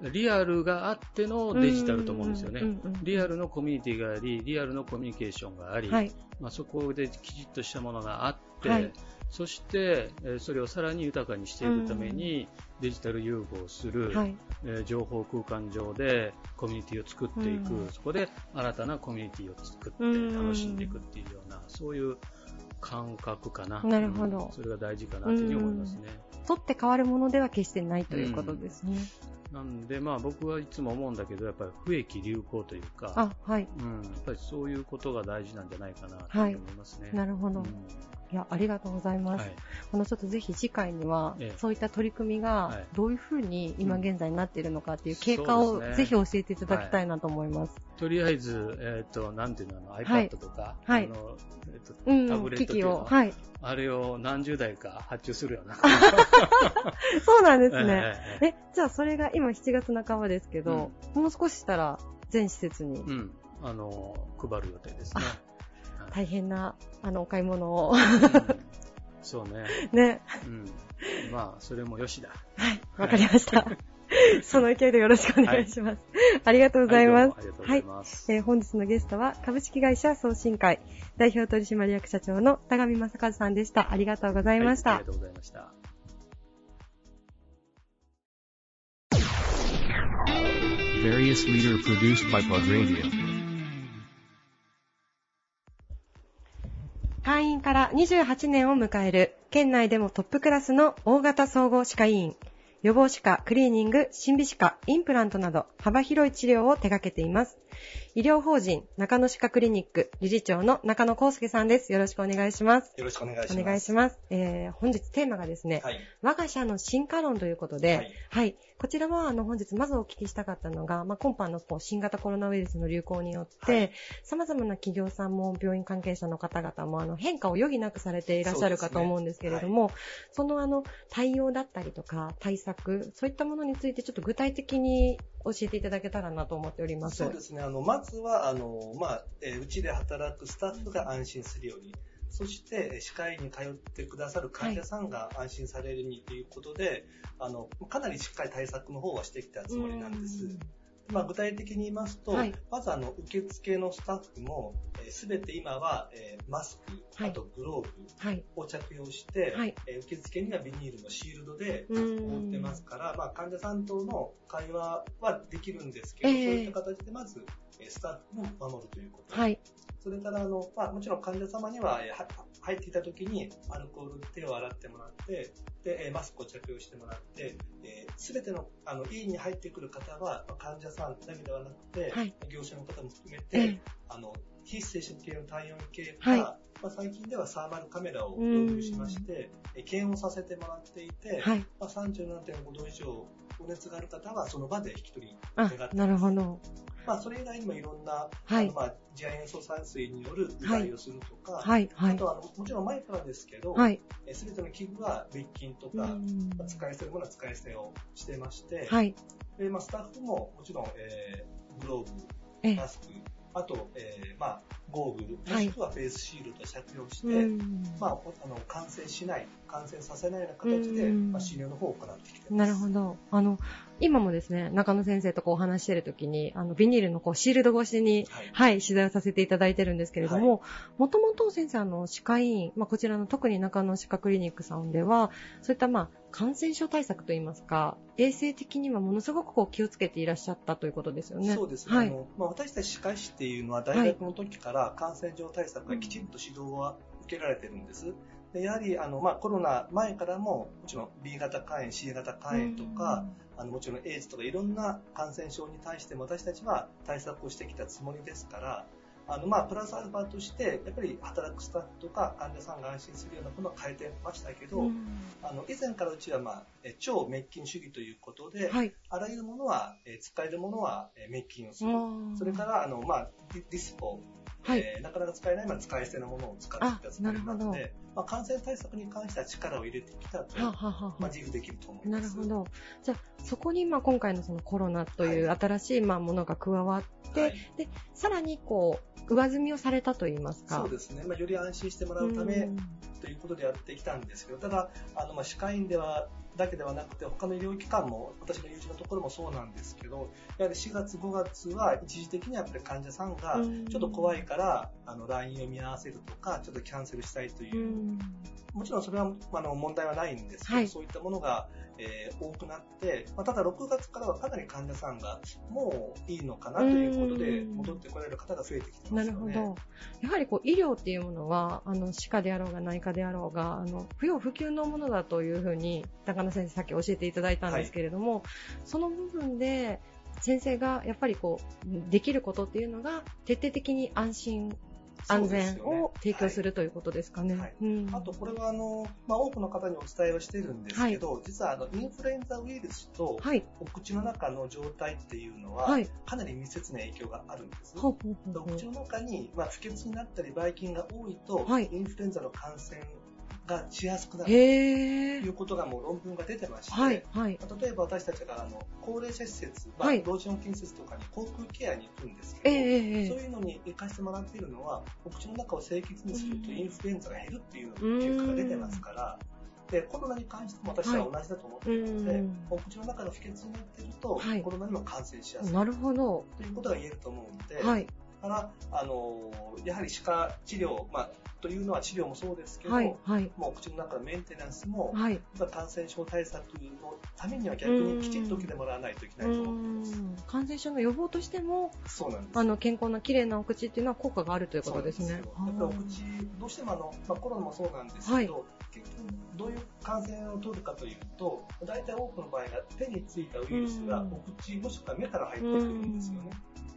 リアルがあってのデジタルと思うんですよね。リアルのコミュニティがあり、リアルのコミュニケーションがあり、はい、まあ、そこできちっとしたものがあって、はい、そしてそれをさらに豊かにしていくためにデジタル融合する、はい、情報空間上でコミュニティを作っていく、そこで新たなコミュニティを作って楽しんでいくっていうような、そういう感覚かな。 なるほど。 それが大事かなというふうに思いますね。 取って変わるものでは決してないということですね。 なんで、まあ、僕はいつも思うんだけど、やっぱり不益流行というか、 あ、はい、 うん、やっぱりそういうことが大事なんじゃないかなと思いますね。 はい、なるほど、うん、いや、ありがとうございます。はい、このちょっとぜひ次回には、ええ、そういった取り組みがどういうふうに今現在になっているのかっていう経過をぜひ教えていただきたいなと思います。はい、 とりあえず、えっ、ー、と、なんていうの、iPad とか、はい、あの、 えーとうん、タブレットっていうの、機器を、はい、 あれを何十台か発注するような。 そうなんですね。え, え、じゃあそれが今しちがつなかばですけど、うん、もう少ししたら全施設に、うん、 あの配る予定ですね。 大変なあのお買い物を、うん、 そうね。 ね。 うん。まあそれもよしだ。 はい、わかりました。その勢いでよろしくお願いします。はい、ありがとうございます。 はい、ありがとうございます。 はい、えー、本日のゲストは株式会社送信会代表取締役社長の田上正和さんでした。ありがとうございました。はい、 ありがとうございました。 Various leader produced by Plug Radio。 会員からにじゅうはちねんを迎える県内でもトップクラスの大型総合歯科医院。予防歯科、クリーニング、審美歯科、インプラントなど幅広い治療を手掛けています。 医療法人中野歯科クリニック理事長の中野康介さんです。よろしくお願いします。 よろしくお願いします。 お願いします。えー、本日テーマがですね、はい、我が社の進化論ということで、はい、はい、こちらはあの本日まずお聞きしたかったのが、まあ、今般のこう新型コロナウイルスの流行によって、はい、様々な企業さんも病院関係者の方々もあの変化を余儀なくされていらっしゃるかと思うんですけれども、 そ, ね、はい、そのあの対応だったりとか対策、そういったものについてちょっと具体的に教えていただけたらなと思っております。 そうですね。あのまずはあの、まあえー、うちで働くスタッフが安心するように、そして歯科医に通ってくださる患者さんが安心されるようにということで、はい、あのかなりしっかり対策の方はしてきたつもりなんです。まあ、具体的に言いますと、はい、まずあの受付のスタッフもすべ、えー、て今は、えー、マスク、あとグローブを着用して、はい、えー、受付にはビニールのシールドで覆ってますから、まあ、患者さんとの会話はできるんですけど、えー、そういった形でまずスタッフも守るということ、はい、それからあの、まあ、もちろん患者様には、えー、入っていた時にアルコールで手を洗ってもらって、でマスクを着用してもらって、す、え、べ、ての、あの医院に入ってくる方は患者さんだけではなくて、はい、業者の方も含めて、えー、あの非接触系の体温計か、はい、まあ、最近ではサーマルカメラを導入しまして、検温させてもらっていて、はい、まあ、さんじゅうななてんごど以上お熱がある方はその場で引き取り願っています。 なるほど。 まあ、それ以外にもいろんな、はい、あのまあ次亜塩素酸水によるうがいをするとか、はいはい、あとはあのもちろん前からですけど、はい、すべての器具はべっ菌とか、まあ、使い捨てるものは使い捨てをしてまして、はい、でまあ、スタッフももちろん、えー、グローブ、マスク、あと、えーまあ、ゴーグル、もしくはフェイスシールドを着用して、はい、まあ、あの感染しない、感染させないような形で、まあ、診療の方を行ってきています。 なるほど。あの今もですね、中野先生とこうお話しているときに、あのビニールのこうシールド越しに、はい、はい、取材をさせていただいてるんですけれども、もともと先生、あの歯科医院、まあ、こちらの特に中野歯科クリニックさんでは、そういったまあ感染症対策といいますか、衛生的にはものすごくこう気をつけていらっしゃったということですよね。 そうですね。はい、あのまあ、私たち歯科医師っていうのは大学の時から感染症対策がきちんと指導は受けられてるんです。でやはりあの、まあ、コロナ前からももちろん ビー 型肝炎、シー 型肝炎とか、あのもちろんエイズとかいろんな感染症に対しても私たちは対策をしてきたつもりですから、あのまあプラスアルファとしてやっぱり働くスタッフとか患者さんが安心するようなものを変えてましたけど、うん、あの以前からうちは、まあ、え超滅菌主義ということで、はい、あらゆるものは、え使えるものは、え滅菌をする、それからあの、まあ、ディスポ、はい、えー、なかなか使えない、まあ、使い捨てのものを使ってきたつもりなので、まあ、感染対策に関しては力を入れてきたと、はははまあ、自負できると思います。 なるほど。じゃあそこにまあ今回のそのコロナという新しいまあものが加わって、はい、でさらにこう上積みをされたといいますか。 そうですね。まあ、より安心してもらうためということでやってきたんですけど、ただあのまあ歯科医院ではだけではなくて他の医療機関も私の友人のところもそうなんですけど、やはりしがつごがつは一時的にやっぱり患者さんがちょっと怖いからあの ライン を見合わせるとかちょっとキャンセルしたいという、もちろんそれはあの問題はないんですけど、はい、そういったものが、えー、多くなって、まあ、ただろくがつからはかなり患者さんがもういいのかなということで戻ってこられる方が増えてきてますよね。 なるほど。やはりこう医療っていうものはあの歯科であろうが内科であろうがあの不要不急のものだというふうに中野先生さっき教えていただいたんですけれども、はい、その部分で先生がやっぱりこうできることっていうのが徹底的に安心安全を提供する、ね、ということですかね。はい、 うん、あとこれはあの、まあ、多くの方にお伝えはしてるんですけど、はい、実はあのインフルエンザウイルスとお口の中の状態っていうのは、はい、かなり密接な影響があるんです。はい、お口の中に、まあ、不潔になったりばい菌が多いと、はい、インフルエンザの感染がしやすくなるということがもう論文が出てまして、はいはい、例えば私たちがあの高齢者施設、まあはい、老人保健施設とかに口腔ケアに行くんですけど、えー、そういうのに行かせてもらっているのはお口の中を清潔にするとインフルエンザが減るっていう結果が出てますから、でコロナに関しても私は同じだと思っているので、はい、お口の中が不潔になっていると、はい、コロナにも感染しやすい、なるほどということが言えると思うので、はい、からあのやはり歯科治療、まあ、というのは治療もそうですけど、はいはい、もうお口の中のメンテナンスも、はい、感染症対策のためには逆にきちんと受けてもらわないといけないと思っています。 感染症の予防としてもそうなんです。あの健康な綺麗なお口っていうのは効果があるということですね。 やっぱりお口どうしてもあの、まあ、コロナもそうなんですけど、はい、結局どういう感染を取るかというと大体多くの場合が手についたウイルスがお口もしくは目から入ってくるんですよね。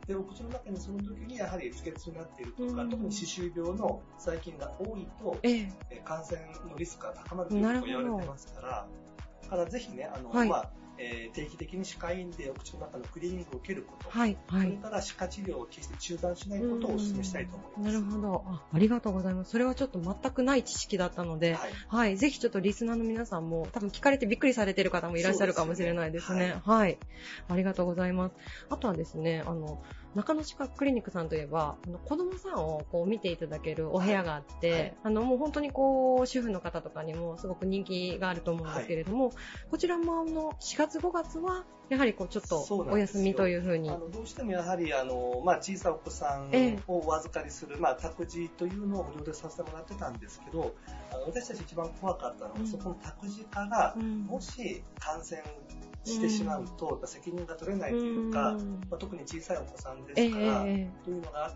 で、お口の中にその時にやはり不潔になっているとか、うん、特に歯周病の細菌が多いと、ええ、感染のリスクが高まるということが言われてますから、だからぜひね、あの、はい、まあ、えー、定期的に歯科医院でお口の中のクリーニングを受けること、はいはい、それから歯科治療を決して中断しないことをお勧めしたいと思います。 なるほど。あ、ありがとうございます。それはちょっと全くない知識だったので、はい、はい、ぜひちょっとリスナーの皆さんも多分聞かれてびっくりされている方もいらっしゃるかもしれないですね。ですね、はい、はい。ありがとうございます。あとはですね、あの、中野歯科クリニックさんといえば、あの子供さんをこう見ていただけるお部屋があって、はいはい、あのもう本当にこう主婦の方とかにもすごく人気があると思うんですけれども、はい、こちらもあのしがつごがつはやはりこうちょっとお休みというふうに。 あのどうしてもやはりあの、まあ、小さいお子さんをお預かりする、えーまあ、託児というのを無料でさせてもらってたんですけど、あの私たち一番怖かったのは、うん、そこの託児から、うん、もし感染してしまうと、うん、責任が取れないというか、うんまあ、特に小さいお子さんですから、えー、というのがあって、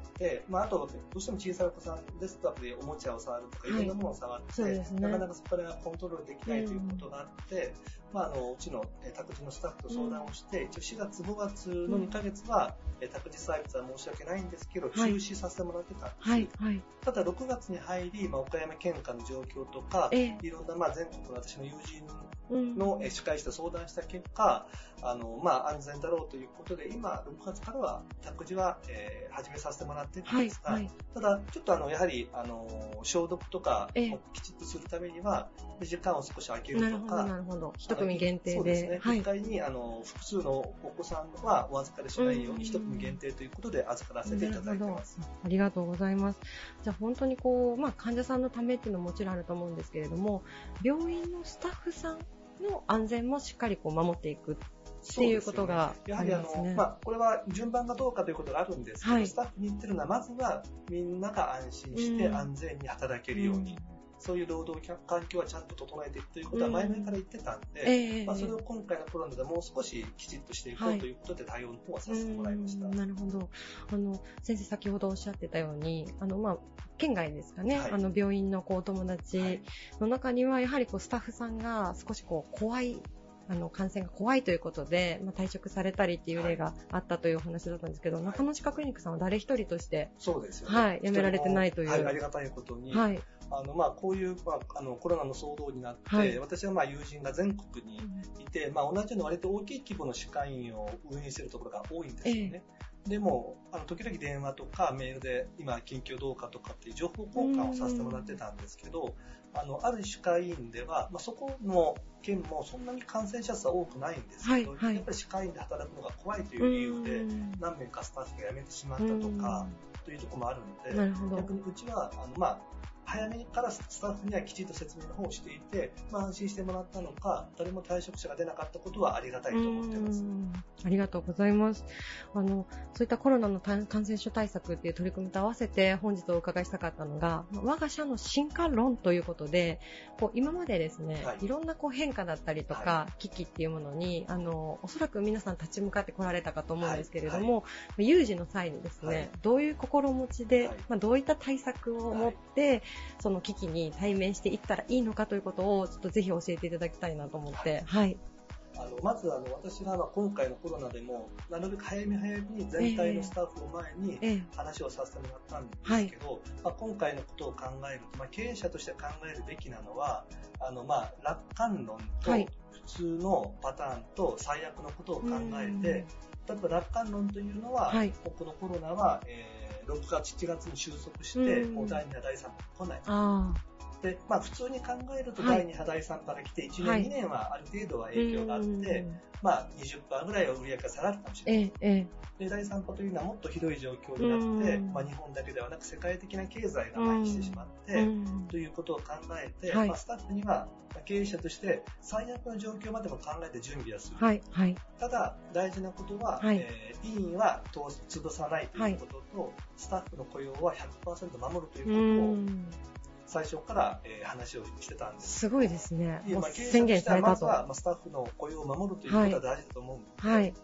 まあ、あとどうしても小さいお子さんですとおもちゃを触るとかいろんなものを触って、はいね、なかなかそこらがコントロールできないということがあって、うんまあ、あのうちの託児のスタッフと相談をして、うん、一応しがつごがつのにかげつは、うん、託児サービスは申し訳ないんですけど、中止させてもらってたんです、はいはい、ただろくがつに入り、まあ、岡山県下の状況とか、えー、いろんなまあ全国の私の友人の歯科医師と相談した結果、あのまあ、安全だろうということで今ろくがつからは託児は、えー、始めさせてもらってるんですが、はいはい、ただちょっとあのやはりあの消毒とかをきちっとするためには、えー、時間を少し空けるとか、 なるほど一組限定で、そうですね、 はい、いっかいにあの複数のお子さんはお預かりしないように一組限定ということで預からせていただいてます。 ありがとうございます。じゃあ本当にこう、まあ、患者さんのためっていうのももちろんあると思うんですけれども、病院のスタッフさんの安全もしっかりこう守っていくっていうことがありますね。やはりあの、 まあ、これは順番がどうかということがあるんですけど、はい、スタッフに言ってるのはまずはみんなが安心して安全に働けるように、うん、そういう労働環境はちゃんと整えていくということは前々から言ってたんで、うんえーまあ、それを今回のコロナでもう少しきちっとしていこうということで対応の方はさせてもらいました。 はい、なるほど。あの先生先ほどおっしゃってたように、あのまあ県外ですかね、はい、あの病院のこうお友達の中にはやはりこうスタッフさんが少しこう怖いあの感染が怖いということで、まあ、退職されたりっていう例があったというお話だったんですけど、はい、中野歯科クリニックさんは誰一人としてそうですよね、 はい、辞められてないという、 はい、ありがたいことに、はい、あのまあ、こういう、まあ、あのコロナの騒動になって、はい、私はまあ友人が全国にいて、うんまあ、同じような割と大きい規模の歯科医院を運営しているところが多いんですよね。えーでもあの時々電話とかメールで今近況どうかとかっていう情報交換をさせてもらってたんですけど、あのある歯科医院では、まあ、そこの県もそんなに感染者数は多くないんですけど、はいはい、やっぱり歯科医院で働くのが怖いという理由で何名かスタッフが辞めてしまったとかというところもあるので、逆にうちはあの、まあ早めからスタッフにはきちんと説明の方をしていて、まあ、安心してもらったのか、誰も退職者が出なかったことはありがたいと思っています。 ありがとうございます。あのそういったコロナの感染症対策っていう取り組みと合わせて本日お伺いしたかったのが、我が社の進化論ということで、こう今までですね、はい、いろんなこう変化だったりとか、はい、危機っていうものにあのおそらく皆さん立ち向かってこられたかと思うんですけれども、はいはい、有事の際にですね、はい、どういう心持ちで、はいまあ、どういった対策を持って、はいその危機に対面していったらいいのかということをちょっとぜひ教えていただきたいなと思って、はい、 あのまずあの私が今回のコロナでもなるべく早め早めに全体のスタッフを前に話をさせてもらったんですけど、えーはいまあ、今回のことを考えると、まあ、経営者として考えるべきなのはあの、まあ、楽観論と普通のパターンと最悪のことを考えて、例えば楽観論というのは、はい、このコロナは、えーろくがつしちがつに収束して、もうだいに波だいさん波来ないあで、まあ、普通に考えるとだいに波だいさん波が来ていちねん、はい、にねんはある程度は影響があって、まあ、にじゅっパーセント ぐらいは売り上げが下がるかもしれない、ええ、でだいさん波というのはもっとひどい状況になって、まあ、日本だけではなく世界的な経済が麻痺してしまってということを考えて、はいまあ、スタッフには経営者として最悪の状況までも考えて準備はする、はいはい、ただ大事なことは、はいえー、医院は潰さないということと、はい、スタッフの雇用は ひゃくパーセント 守るということを最初から、えー、話をしてたんです。 すごいですね。 まあ、宣言されたと。まずは、まあ、スタッフの雇用を守るということは大事だと思うんです、はいはい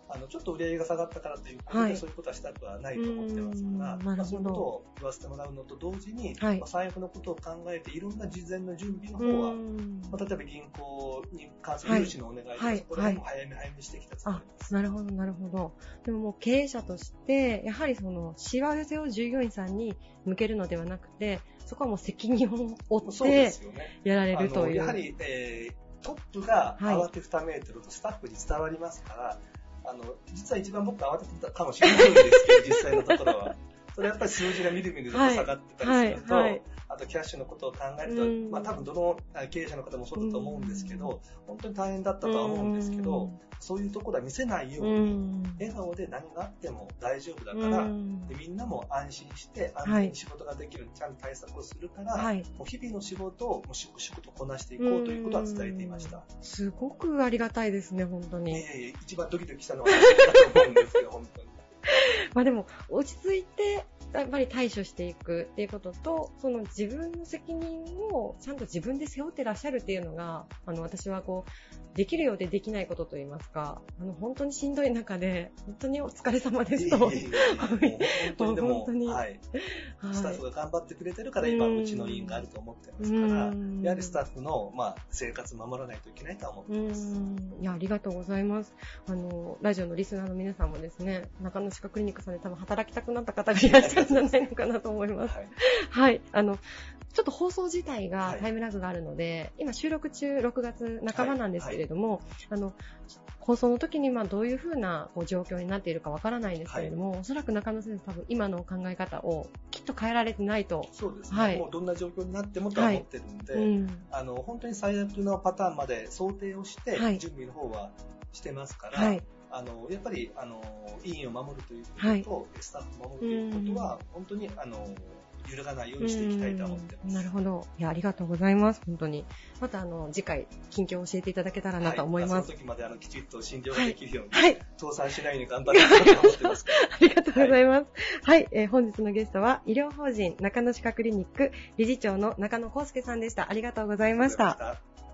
あのちょっと売り上げが下がったからということで、はい、そういうことはしたくはないと思ってますから、まあ、そういうことを言わせてもらうのと同時に、はい、まあ、最悪のことを考えていろんな事前の準備の方は、まあ、例えば銀行に関する融資のお願いとか、はい、そこら辺も早め早めしてきたつもりです。 なるほどなるほど。でももう経営者としてやはりそのしわ寄せを従業員さんに向けるのではなくて、そこはもう責任を負ってやられるという。 やはり、えー、トップが慌てふためいてるとスタッフに伝わりますから、はい、あの実は一番僕慌ててたかもしれないんですけど、実際のところは。それはやっぱり数字がみるみると下がってたりすると、はいはいはい、あとキャッシュのことを考えると、まあ、多分どの経営者の方もそうだと思うんですけど、本当に大変だったとは思うんですけど、そういうところは見せないように、笑顔で何があっても大丈夫だから、でみんなも安心して安全に仕事ができるようにちゃんと対策をするから、はい、もう日々の仕事をもう粛々とこなしていこうということは伝えていました。 すごくありがたいですね、本当に。 いやいや、一番ドキドキしたのは私だと思うんですけど、本当に。 まあでも落ち着いてやっぱり対処していくっていうことと、その自分の責任をちゃんと自分で背負ってらっしゃるっていうのが、あの私はこうできるようでできないことといいますか、あの本当にしんどい中で本当にお疲れ様ですと。 いえいえいえ本当にでも、はい、スタッフが頑張ってくれてるから今うちの委員があると思ってますから、やはりスタッフの、まあ、生活守らないといけないとは思ってます。 いや、ありがとうございます。あのラジオのリスナーの皆さんもですね、中野歯科クリニックさんで多分働きたくなった方がいらっしゃるんじゃないのかなと思います。はい、はい、あのちょっと放送自体がタイムラグがあるので、はい、今収録中ろくがつなかばなんですけれども、はいはい、あの放送の時にまあどういうふうなこう状況になっているかわからないんですけれども、はい、おそらく中野先生多分今の考え方をきっと変えられてないと。 そうですね、はい、もうどんな状況になってもとは思ってるんで、はい、うん、あの本当に最悪のパターンまで想定をして準備の方はしてますから、はい、あのやっぱりあの委員を守るということと、はい、スタッフを守るということは本当にあの揺るがないようにしていきたいと思ってます。 なるほど。いや、ありがとうございます。本当に。またあの次回近況を教えていただけたらなと思います。はい、 その時まであのきちっと診療ができるように、はい、倒産しないように頑張っていきたいと思ってます。 ありがとうございます。はい、はい、えー、本日のゲストは医療法人中野歯科クリニック理事長の中野康介さんでした。ありがとうございました。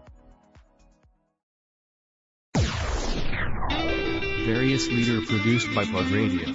Various leader produced by Plug Radio。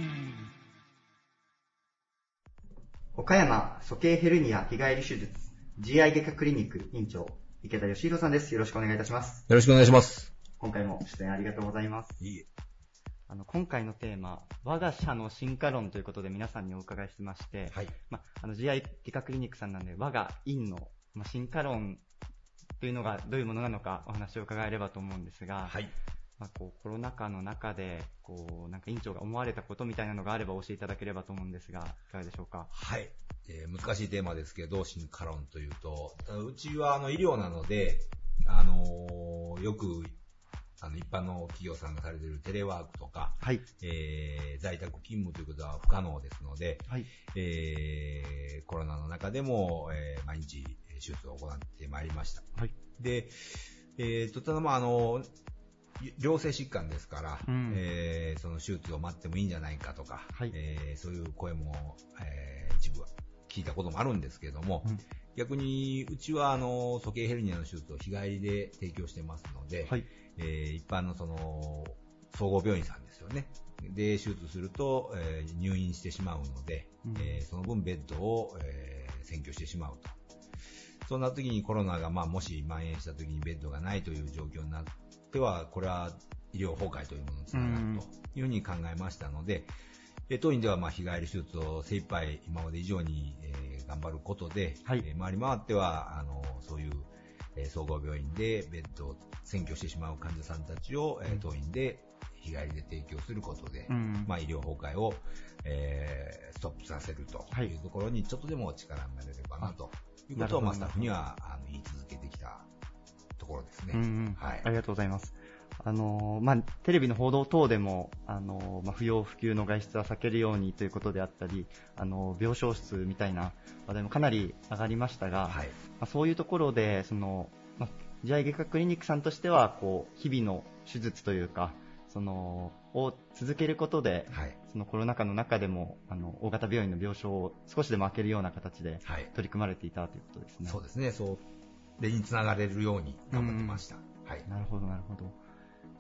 岡山鼠径ヘルニア日帰り手術 ジーアイ 外科クリニック院長池田義弘さんです。よろしくお願いいたします。 よろしくお願いします。 今回も出演ありがとうございます。いいえ。あの今回のテーマ、我が社の進化論ということで皆さんにお伺いしてまして、はい、まあの ジーアイ 外科クリニックさんなんで我が院の、まあ、進化論というのがどういうものなのかお話を伺えればと思うんですが、はい、まあ、こうコロナ禍の中でこうなんか院長が思われたことみたいなのがあれば教えていただければと思うんですが、いかがでしょうか。 はい、えー、難しいテーマですけど、進化論というと、うちはあの医療なので、あのー、よくあの一般の企業さんがされているテレワークとか、はい、えー、在宅勤務ということは不可能ですので、はい、えー、コロナの中でも、えー、毎日手術を行ってまいりました。はい、で、えー、とただまああの良性疾患ですから、うん、えー、その手術を待ってもいいんじゃないかとか、はい、えー、そういう声も、えー、一部聞いたこともあるんですけれども、うん、逆にうちはあの鼠径ヘルニアの手術を日帰りで提供してますので、はい、えー、一般のその総合病院さんですよね。で手術すると、えー、入院してしまうので、うん、えー、その分ベッドを、えー、占拠してしまうと。そんな時にコロナがまあもし蔓延した時にベッドがないという状況になっては、これは医療崩壊というものにつながるというふうに考えましたので、うん、当院ではまあ日帰り手術を精一杯今まで以上に、えー、頑張ることで、はい、えー、回り回ってはあのそういう、えー、総合病院でベッドを占拠してしまう患者さんたちを、えー、当院で日帰りで提供することで、うん、まあ、医療崩壊を、えー、ストップさせるというところにちょっとでも力になれればなということを、まあ、スタッフにはあの言い続けてきたところですね。うん、 はい、ありがとうございます。あのまあ、テレビの報道等でもあの、まあ、不要不急の外出は避けるようにということであったり、あの病床室みたいな話題もかなり上がりましたが、はい、まあ、そういうところでその、まあ、ジーアイ 外科クリニックさんとしてはこう日々の手術というかそのを続けることで、はい、そのコロナ禍の中でもあの大型病院の病床を少しでも空けるような形で取り組まれていたということですね。 はい、そうですね。そうでにつながれるように頑張ってました。うん、はい、 なるほどなるほど。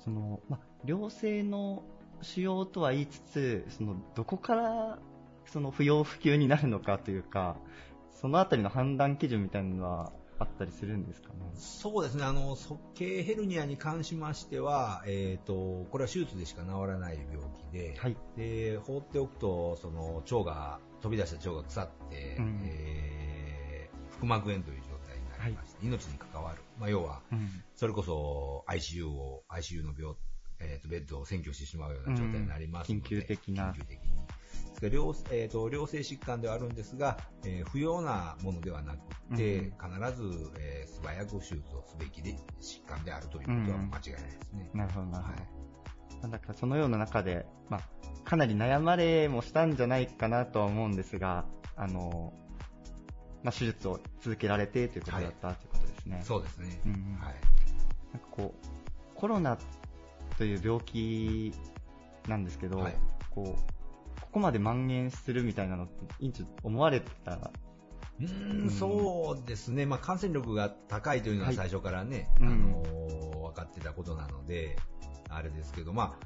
その、ま、良性の腫瘍とは言いつつ、そのどこからその不要不急になるのかというか、そのあたりの判断基準みたいなのはあったりするんですかね。 そうですね、あの鼠径ヘルニアに関しましては、えー、とこれは手術でしか治らない病気で、はい、で放っておくとその腸が飛び出した腸が腐って、うん、えー、腹膜炎という状態になりまして、はい、命に関わる、まあ、要は、うん、それこそ アイシーユー を アイシーユー の病、えー、とベッドを占拠してしまうような状態になりますので、うん、緊急的な緊急的に良, えー、と良性疾患ではあるんですが、えー、不要なものではなくて、うん、必ず、えー、素早く手術をすべきで疾患であるということは間違いないですね。 うん、なるほどなるほど、はい、だからそのような中で、まあ、かなり悩まれもしたんじゃないかなとは思うんですが、あの、まあ、手術を続けられてということだった、はい、ということですね。 そうですね、うん、はい、 なんかこうコロナという病気なんですけど、はい、こうここまで蔓延するみたいなのって院長思われたら。 うーん、うん、そうですね、まあ、感染力が高いというのは最初からね、はい、あのー、分かってたことなのであれですけど、まあ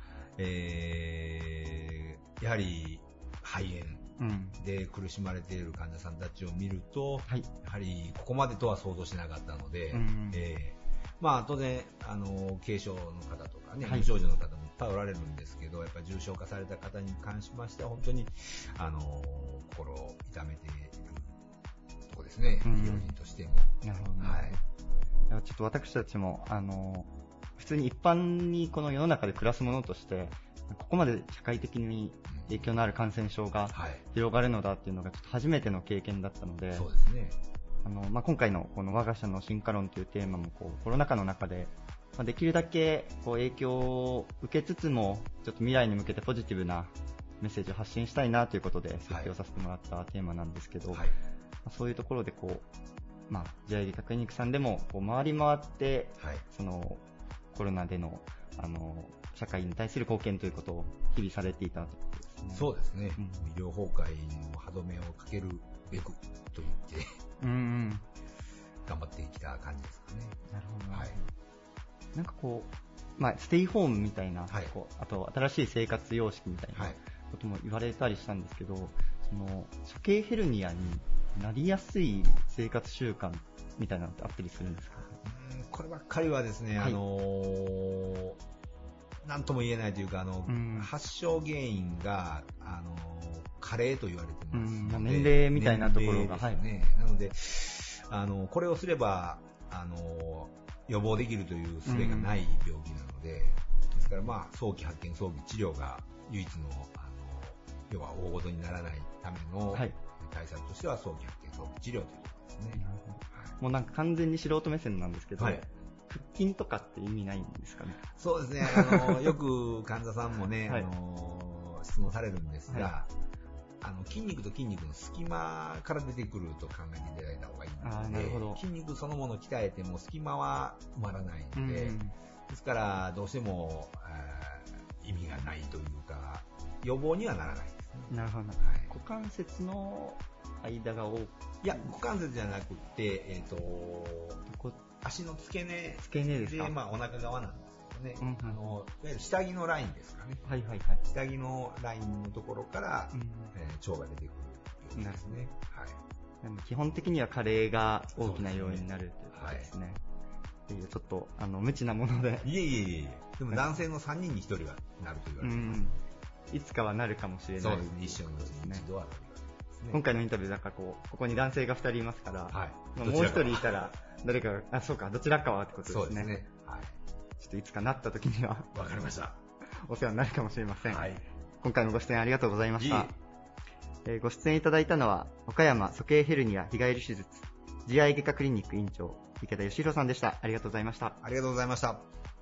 えー、やはり肺炎で苦しまれている患者さんたちを見ると、はい、やはりここまでとは想像しなかったので、うん、えーまあ、当然あの軽症の方とかね、無症状の方もいっぱいおられるんですけど、やっぱり重症化された方に関しましては本当にあの心を痛めているところですね、医療人としても。 なるほど、ね、はい、ちょっと私たちもあの普通に一般にこの世の中で暮らすものとしてここまで社会的に影響のある感染症が広がるのだっていうのがちょっと初めての経験だったので、 そうですね、 あのまあ、今回のこの我が社の進化論というテーマもこうコロナ禍の中で、まあ、できるだけこう影響を受けつつもちょっと未来に向けてポジティブなメッセージを発信したいなということで設定をさせてもらったテーマなんですけど、はい、まあ、そういうところでこう、まあ、ジェイアイ 外科クリニックさんでもこう回り回って、はい、そのコロナでの、あの社会に対する貢献ということを日々されていたということですね。 そうですね、うん、医療崩壊の歯止めをかけるべくと言ってうん、うん、頑張ってきた感じですかね。 なるほど、はい、なんかこう、まあ、ステイホームみたいな、はい、こうあと新しい生活様式みたいなことも言われたりしたんですけど、はい、その鼠径ヘルニアになりやすい生活習慣みたいなのってあったりするんですか？ うん、こればっかりはですね、はい、あのー、なんとも言えないというか、あの、うん、発症原因が、あのー、加齢と言われてますので、うん、 年齢みたいなところが、 ですね、はい、なので、あのこれをすればあの予防できるという術がない病気なので、うん、ですからまあ早期発見早期治療が唯一の、あの要は大事にならないための対策としては早期発見早期治療ということですね。 はい、もうなんか完全に素人目線なんですけど、はい、腹筋とかって意味ないんですかね？ そうですね、あのよく患者さんもね、はい、あの質問されるんですが、はい、あの筋肉と筋肉の隙間から出てくると考えていただいた方がいいので、あ、なるほど、筋肉そのものを鍛えても隙間は埋まらないので、うん、ですからどうしても、えー、意味がないというか予防にはならないですね。 なるほど、はい、股関節の間が多く、 いや股関節じゃなくて、えー、と足の付け根付け根ですか？ で、まあ、お腹側なんですね、うんうん、あのいわゆる下着のラインですかね、 はいはいはい、 下着のラインのところから、うん、えー、腸が出てくるようですね、はい、 でも基本的には加齢が大きな要因になるということですね。っていうちょっとあの無知なもので、 いえいえいえ、でも男性のさんにんにひとりはなると言われています、うん、 いつかはなるかもしれない。 そうですね、一生のうちに一度はなるですね。 今回のインタビューだからこうここに男性がふたりいますから、はい、まあ、もうひとりいたら誰かが、あ、そうか、どちらかはってことですね。 そうですね、はい、 ちょっといつかなった時にはわかりましたお世話になるかもしれません、はい、今回もご出演ありがとうございました。えー、ご出演いただいたのは岡山鼠径ヘルニア日帰り手術 ジーアイ 外科クリニック院長池田義弘さんでした。ありがとうございました。 ありがとうございました。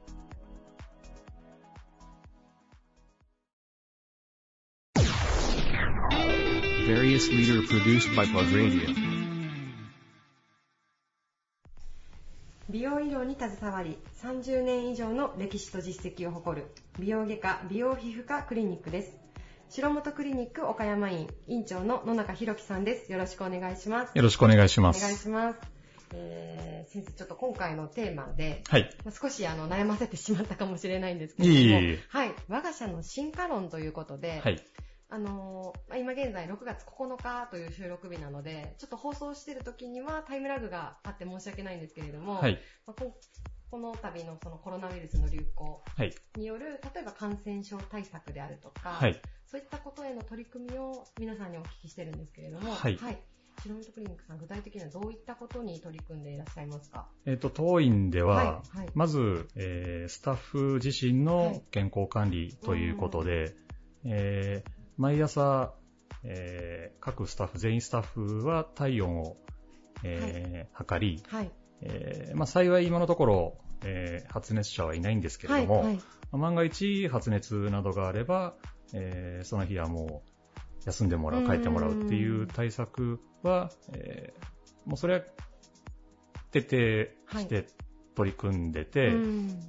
Various leader produced by Plug Radio。 美容医療に携わりさんじゅうねん以上の歴史と実績を誇る美容外科美容皮膚科クリニックです。城本クリニック岡山院院長の野中弘樹さんです。よろしくお願いします。 よろしくお願いします。 お願いします。 えー、先生ちょっと今回のテーマで、 はい、 少しあの悩ませてしまったかもしれないんですけれども、いいはい、我が社の進化論ということで、はい、あのー、今現在ろくがつここのかという収録日なので、ちょっと放送している時にはタイムラグがあって申し訳ないんですけれども、はい、まあ、こ, この度のそのコロナウイルスの流行による、例えば感染症対策であるとか、はい、そういったことへの取り組みを皆さんにお聞きしてるんですけれども、はい、はい、シロメントクリニックさん、具体的にはどういったことに取り組んでいらっしゃいますか？ えっと、当院では、はいはい、まず、えー、スタッフ自身の健康管理ということで、はい、えー、毎朝、えー、各スタッフ、全員スタッフは体温を、えーはい、測り、はい、えーまあ、幸い今のところ、えー、発熱者はいないんですけれども、はいはい、万が一発熱などがあれば、えー、その日はもう休んでもらう、帰ってもらうっていう対策は、えー、もうそれは徹底して取り組んでて、はい、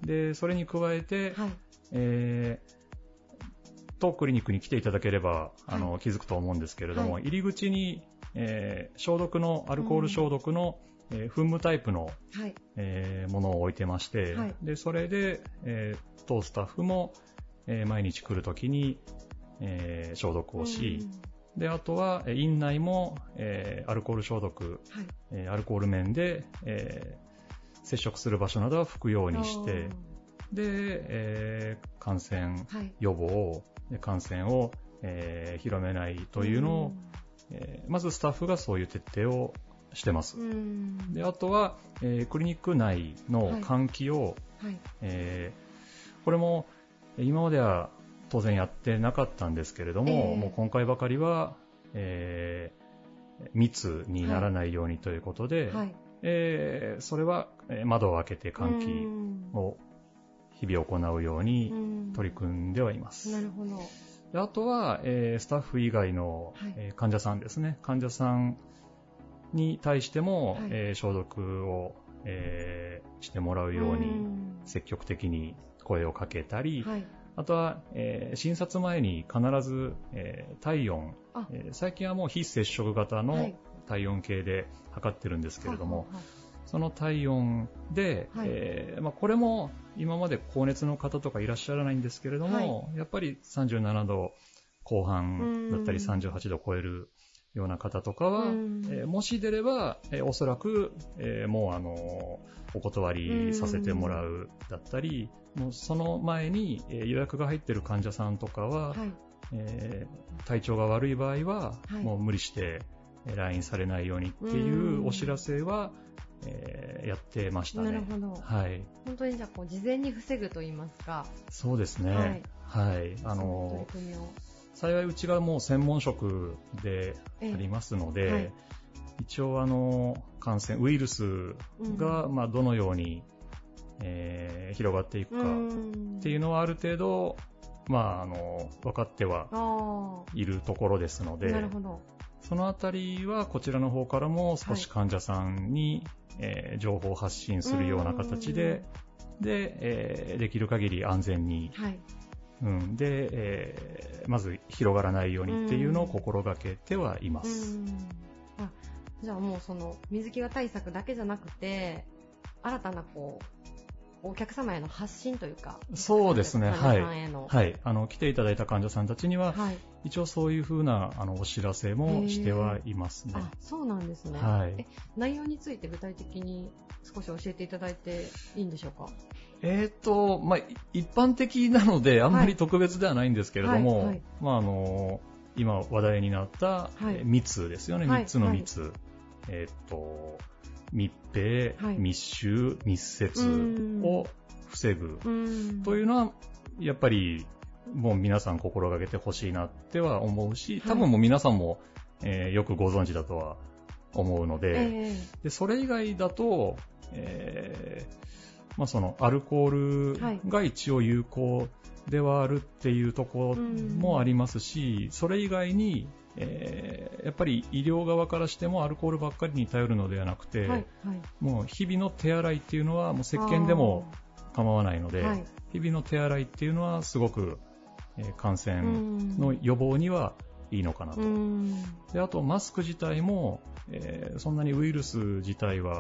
でそれに加えて、はい、えー、当クリニックに来ていただければあの、はい、気づくと思うんですけれども、はい、入り口に、えー、消毒のアルコール消毒の、えー、噴霧タイプの、はいえー、ものを置いてまして、はい、でそれで、えー、当スタッフも、えー、毎日来るときに、えー、消毒をし、であとは院内も、えー、アルコール消毒、はいえー、アルコール面で、えー、接触する場所などは拭くようにして、で、えー、感染予防、はい、感染を、えー、広めないというのを、えー、まずスタッフがそういう徹底をしてます。であとは、えー、クリニック内の換気を、はいはいえー、これも今までは当然やってなかったんですけれども、えー、もう今回ばかりは、えー、密にならないようにということで、はいえー、それは窓を開けて換気を日々行うように取り組んではいます。 なるほど。 であとは、えー、スタッフ以外の、はいえー、患者さんですね。患者さんに対しても、はいえー、消毒を、えー、してもらうように積極的に声をかけたり、はいあとは、えー、診察前に必ず、えー、体温、えー、最近はもう非接触型の体温計で測ってるんですけれども、はい、その体温で、はいえーまあ、これも今まで高熱の方とかいらっしゃらないんですけれども、はい、やっぱりさんじゅうななどこう半だったりさんじゅうはちど超えるような方とかは、えー、もし出れば、えー、おそらく、えー、もうあのー、お断りさせてもらうだったり、もうその前に、えー、予約が入っている患者さんとかは、はいえー、体調が悪い場合は、はい、もう無理して来院されないようにっていうお知らせは、えー、やってましたね。 なるほど。はい。本当にじゃあこう事前に防ぐと言いますか。 そうですね。はい。はい、あの幸いうちがもう専門職でありますので、はい、一応あの感染ウイルスがまあどのように、えー、広がっていくかっていうのはある程度、まあ、あの分かってはいるところですので、 なるほど。 そのあたりはこちらの方からも少し患者さんに、はいえー、情報を発信するような形で、で、えー、できる限り安全に、はいうん、で、えー、まず広がらないようにっていうのを心がけてはいます。 うんあじゃあもうその水際対策だけじゃなくて新たなこうお客様への発信というか、 そうですね、はい、はい、あの来ていただいた患者さんたちには、はい、一応そういう風なあのお知らせもしてはいますね。 あ、そうなんですね。 はい、 え内容について具体的に少し教えていただいていいんでしょうか。 えーとまあ、一般的なのであんまり特別ではないんですけれども、はいはいまあ、あの今話題になった、はい、密ですよね、みっつの密、はい、えーと密閉、はい、密集、密接を防ぐというのはやっぱりもう皆さん心がけてほしいなっては思うし、多分もう皆さんも、えー、よくご存知だとは思うので、えー、でそれ以外だと、えーまあ、そのアルコールが一応有効ではあるっていうところもありますし、はい、それ以外にえー、やっぱり医療側からしてもアルコールばっかりに頼るのではなくて、はいはい、もう日々の手洗いっていうのはもう石鹸でも構わないので、はい、日々の手洗いっていうのはすごく、えー、感染の予防にはいいのかなと。であとマスク自体も、えー、そんなにウイルス自体は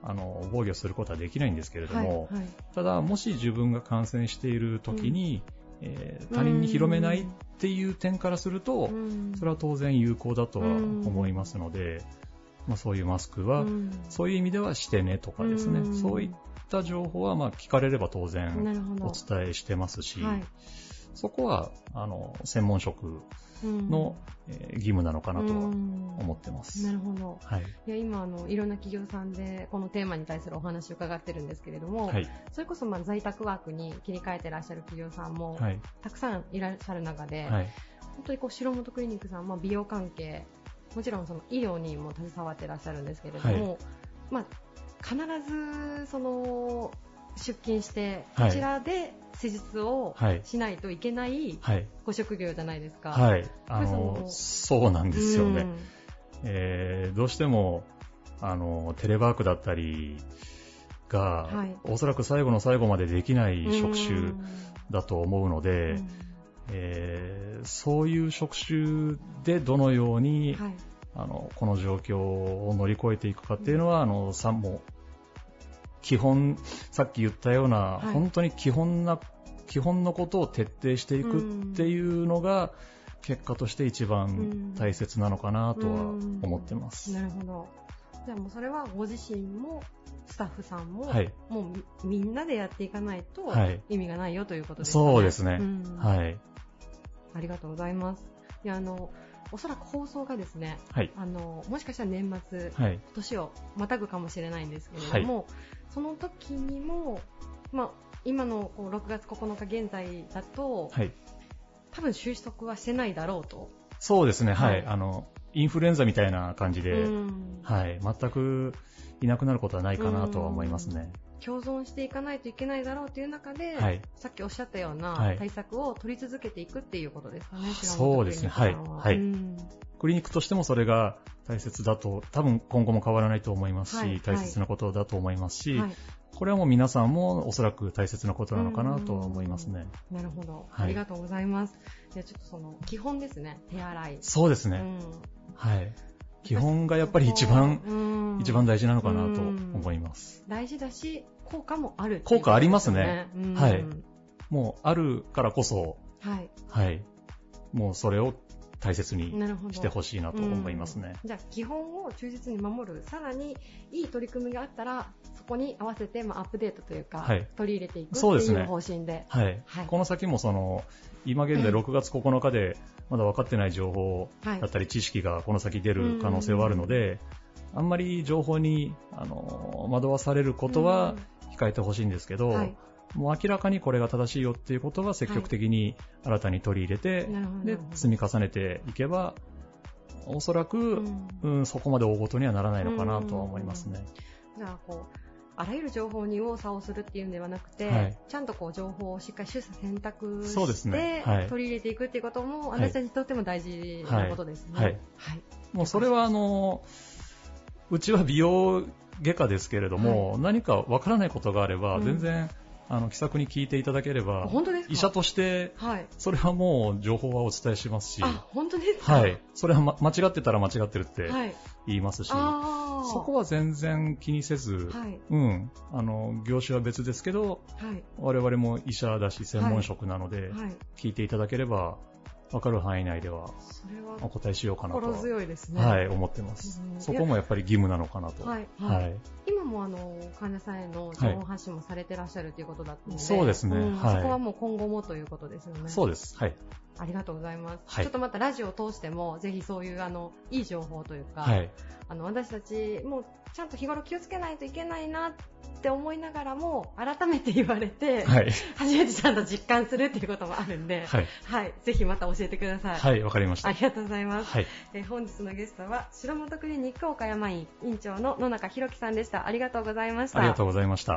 あの防御することはできないんですけれども、はいはい、ただもし自分が感染している時に、うんえー、他人に広めないっていう点からすると、うん、それは当然有効だとは思いますので、うんまあ、そういうマスクは、うん、そういう意味ではしてねとかですね、うん、そういった情報はまあ聞かれれば当然お伝えしてますし、はい、そこはあの専門職の、うんえー、義務なのかなとは思ってます。 うん、なるほど。はい、いや今あのいろんな企業さんでこのテーマに対するお話を伺ってるんですけれども、はい、それこそまあ在宅ワークに切り替えてらっしゃる企業さんも、はい、たくさんいらっしゃる中で、はい、本当にこう白本クリニックさん、まあ、美容関係もちろんその医療にも携わってらっしゃるんですけれども、はいまあ、必ずその出勤してこちらで施術をしないといけないご職業じゃないですか。 はい、はい、あのそうなんですよね、うんえー、どうしてもあのテレワークだったりが、はい、おそらく最後の最後までできない職種だと思うので、うんえー、そういう職種でどのように、はい、あのこの状況を乗り越えていくかっていうのは、うん、あのさも基本さっき言ったような、はい、本当に基本な基本のことを徹底していくっていうのが、うん、結果として一番大切なのかなとは思ってます。 うんうん、なるほど。じゃあもうそれはご自身もスタッフさんも、はい、もうみんなでやっていかないと意味がないよということですね。 そうですね。うん、はい。 ありがとうございます。いやあのおそらく放送がですね、はい、あのもしかしたら年末、はい、年をまたぐかもしれないんですけれども、はい、その時にも、まあ、今のこうろくがつここのか現在だと、はい、多分収束はしてないだろうと。 そうですね、はい、はい、あのインフルエンザみたいな感じで、はい、全くいなくなることはないかなとは思いますね。 共存していかないといけないだろうという中で、はい、さっきおっしゃったような対策を取り続けていくっていうことですかね。はい、 そうですね、はい、はい、うん、クリニックとしてもそれが大切だと多分今後も変わらないと思いますし、はい、大切なことだと思いますし、はい、これはもう皆さんもおそらく大切なことなのかなとは思いますね。 なるほど、はい、ありがとうございます。いやちょっとその基本ですね、手洗い。 そうですね、うん、はい基本がやっぱり一番一番大事なのかなと思います。 大事だし効果もある、ね、 効果ありますね。はい。もうあるからこそ、はい、はい、もうそれを大切にしてほしいなと思いますね。 じゃあ基本を忠実に守る、さらにいい取り組みがあったらそこに合わせてまあアップデートというか、はい、取り入れていくっていう方針で、 はい、はい、この先もその今現在ろくがつここのかでまだ分かってない情報だったり知識がこの先出る可能性はあるので、あんまり情報にあの惑わされることは控えてほしいんですけど、はい、もう明らかにこれが正しいよっていうことは積極的に新たに取り入れて、はい、で積み重ねていけばおそらく、うんうん、そこまで大ごとにはならないのかなとは思いますね。 じゃあこうあらゆる情報に右往左往するっていうんではなくて、はい、ちゃんとこう情報をしっかり取捨選択して、ねはい、取り入れていくっていうことも、はい、私たちにとっても大事なことですね。はいはいはい、 もうそれはあのうちは美容外科ですけれども、はい、何かわからないことがあれば、うん、全然あの気さくに聞いていただければ、 本当ですか？ 医者として、はい、それはもう情報はお伝えしますし、 あ、本当ですか？ はい、それは、ま、間違ってたら間違ってるって言いますし、はい、そこは全然気にせず、はい、うん、あの業種は別ですけど、はい、我々も医者だし専門職なので、はいはい、聞いていただければ分かる範囲内ではお答えしようかなと心強いですね、 はい、思ってます、うん、そこもやっぱり義務なのかなと、はいはい、 今もあの患者さんへの情報発信もされてらっしゃるということだったので、はい、 そうですね、うんはい、 そこはもう今後もということですよね。 そうです、はい、 ありがとうございます、はい、ちょっとまたラジオを通してもぜひそういうあのいい情報というか、はい、あの私たちもちゃんと日頃気をつけないといけないなって思いながらも改めて言われて、はい、初めてちゃんと実感するっていうこともあるんで、はいはい、ぜひまた教えてください。 はい、わかりました。 ありがとうございます、はい、え本日のゲストは白本クリニック岡山院院長の野中弘樹さんでした。ありがとうございました。 ありがとうございました。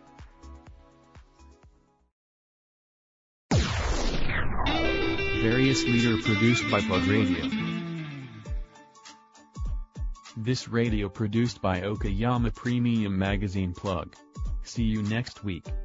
Various leader produced by Plug Radio. This radio produced by Okayama Premium Magazine Plug. See you next week.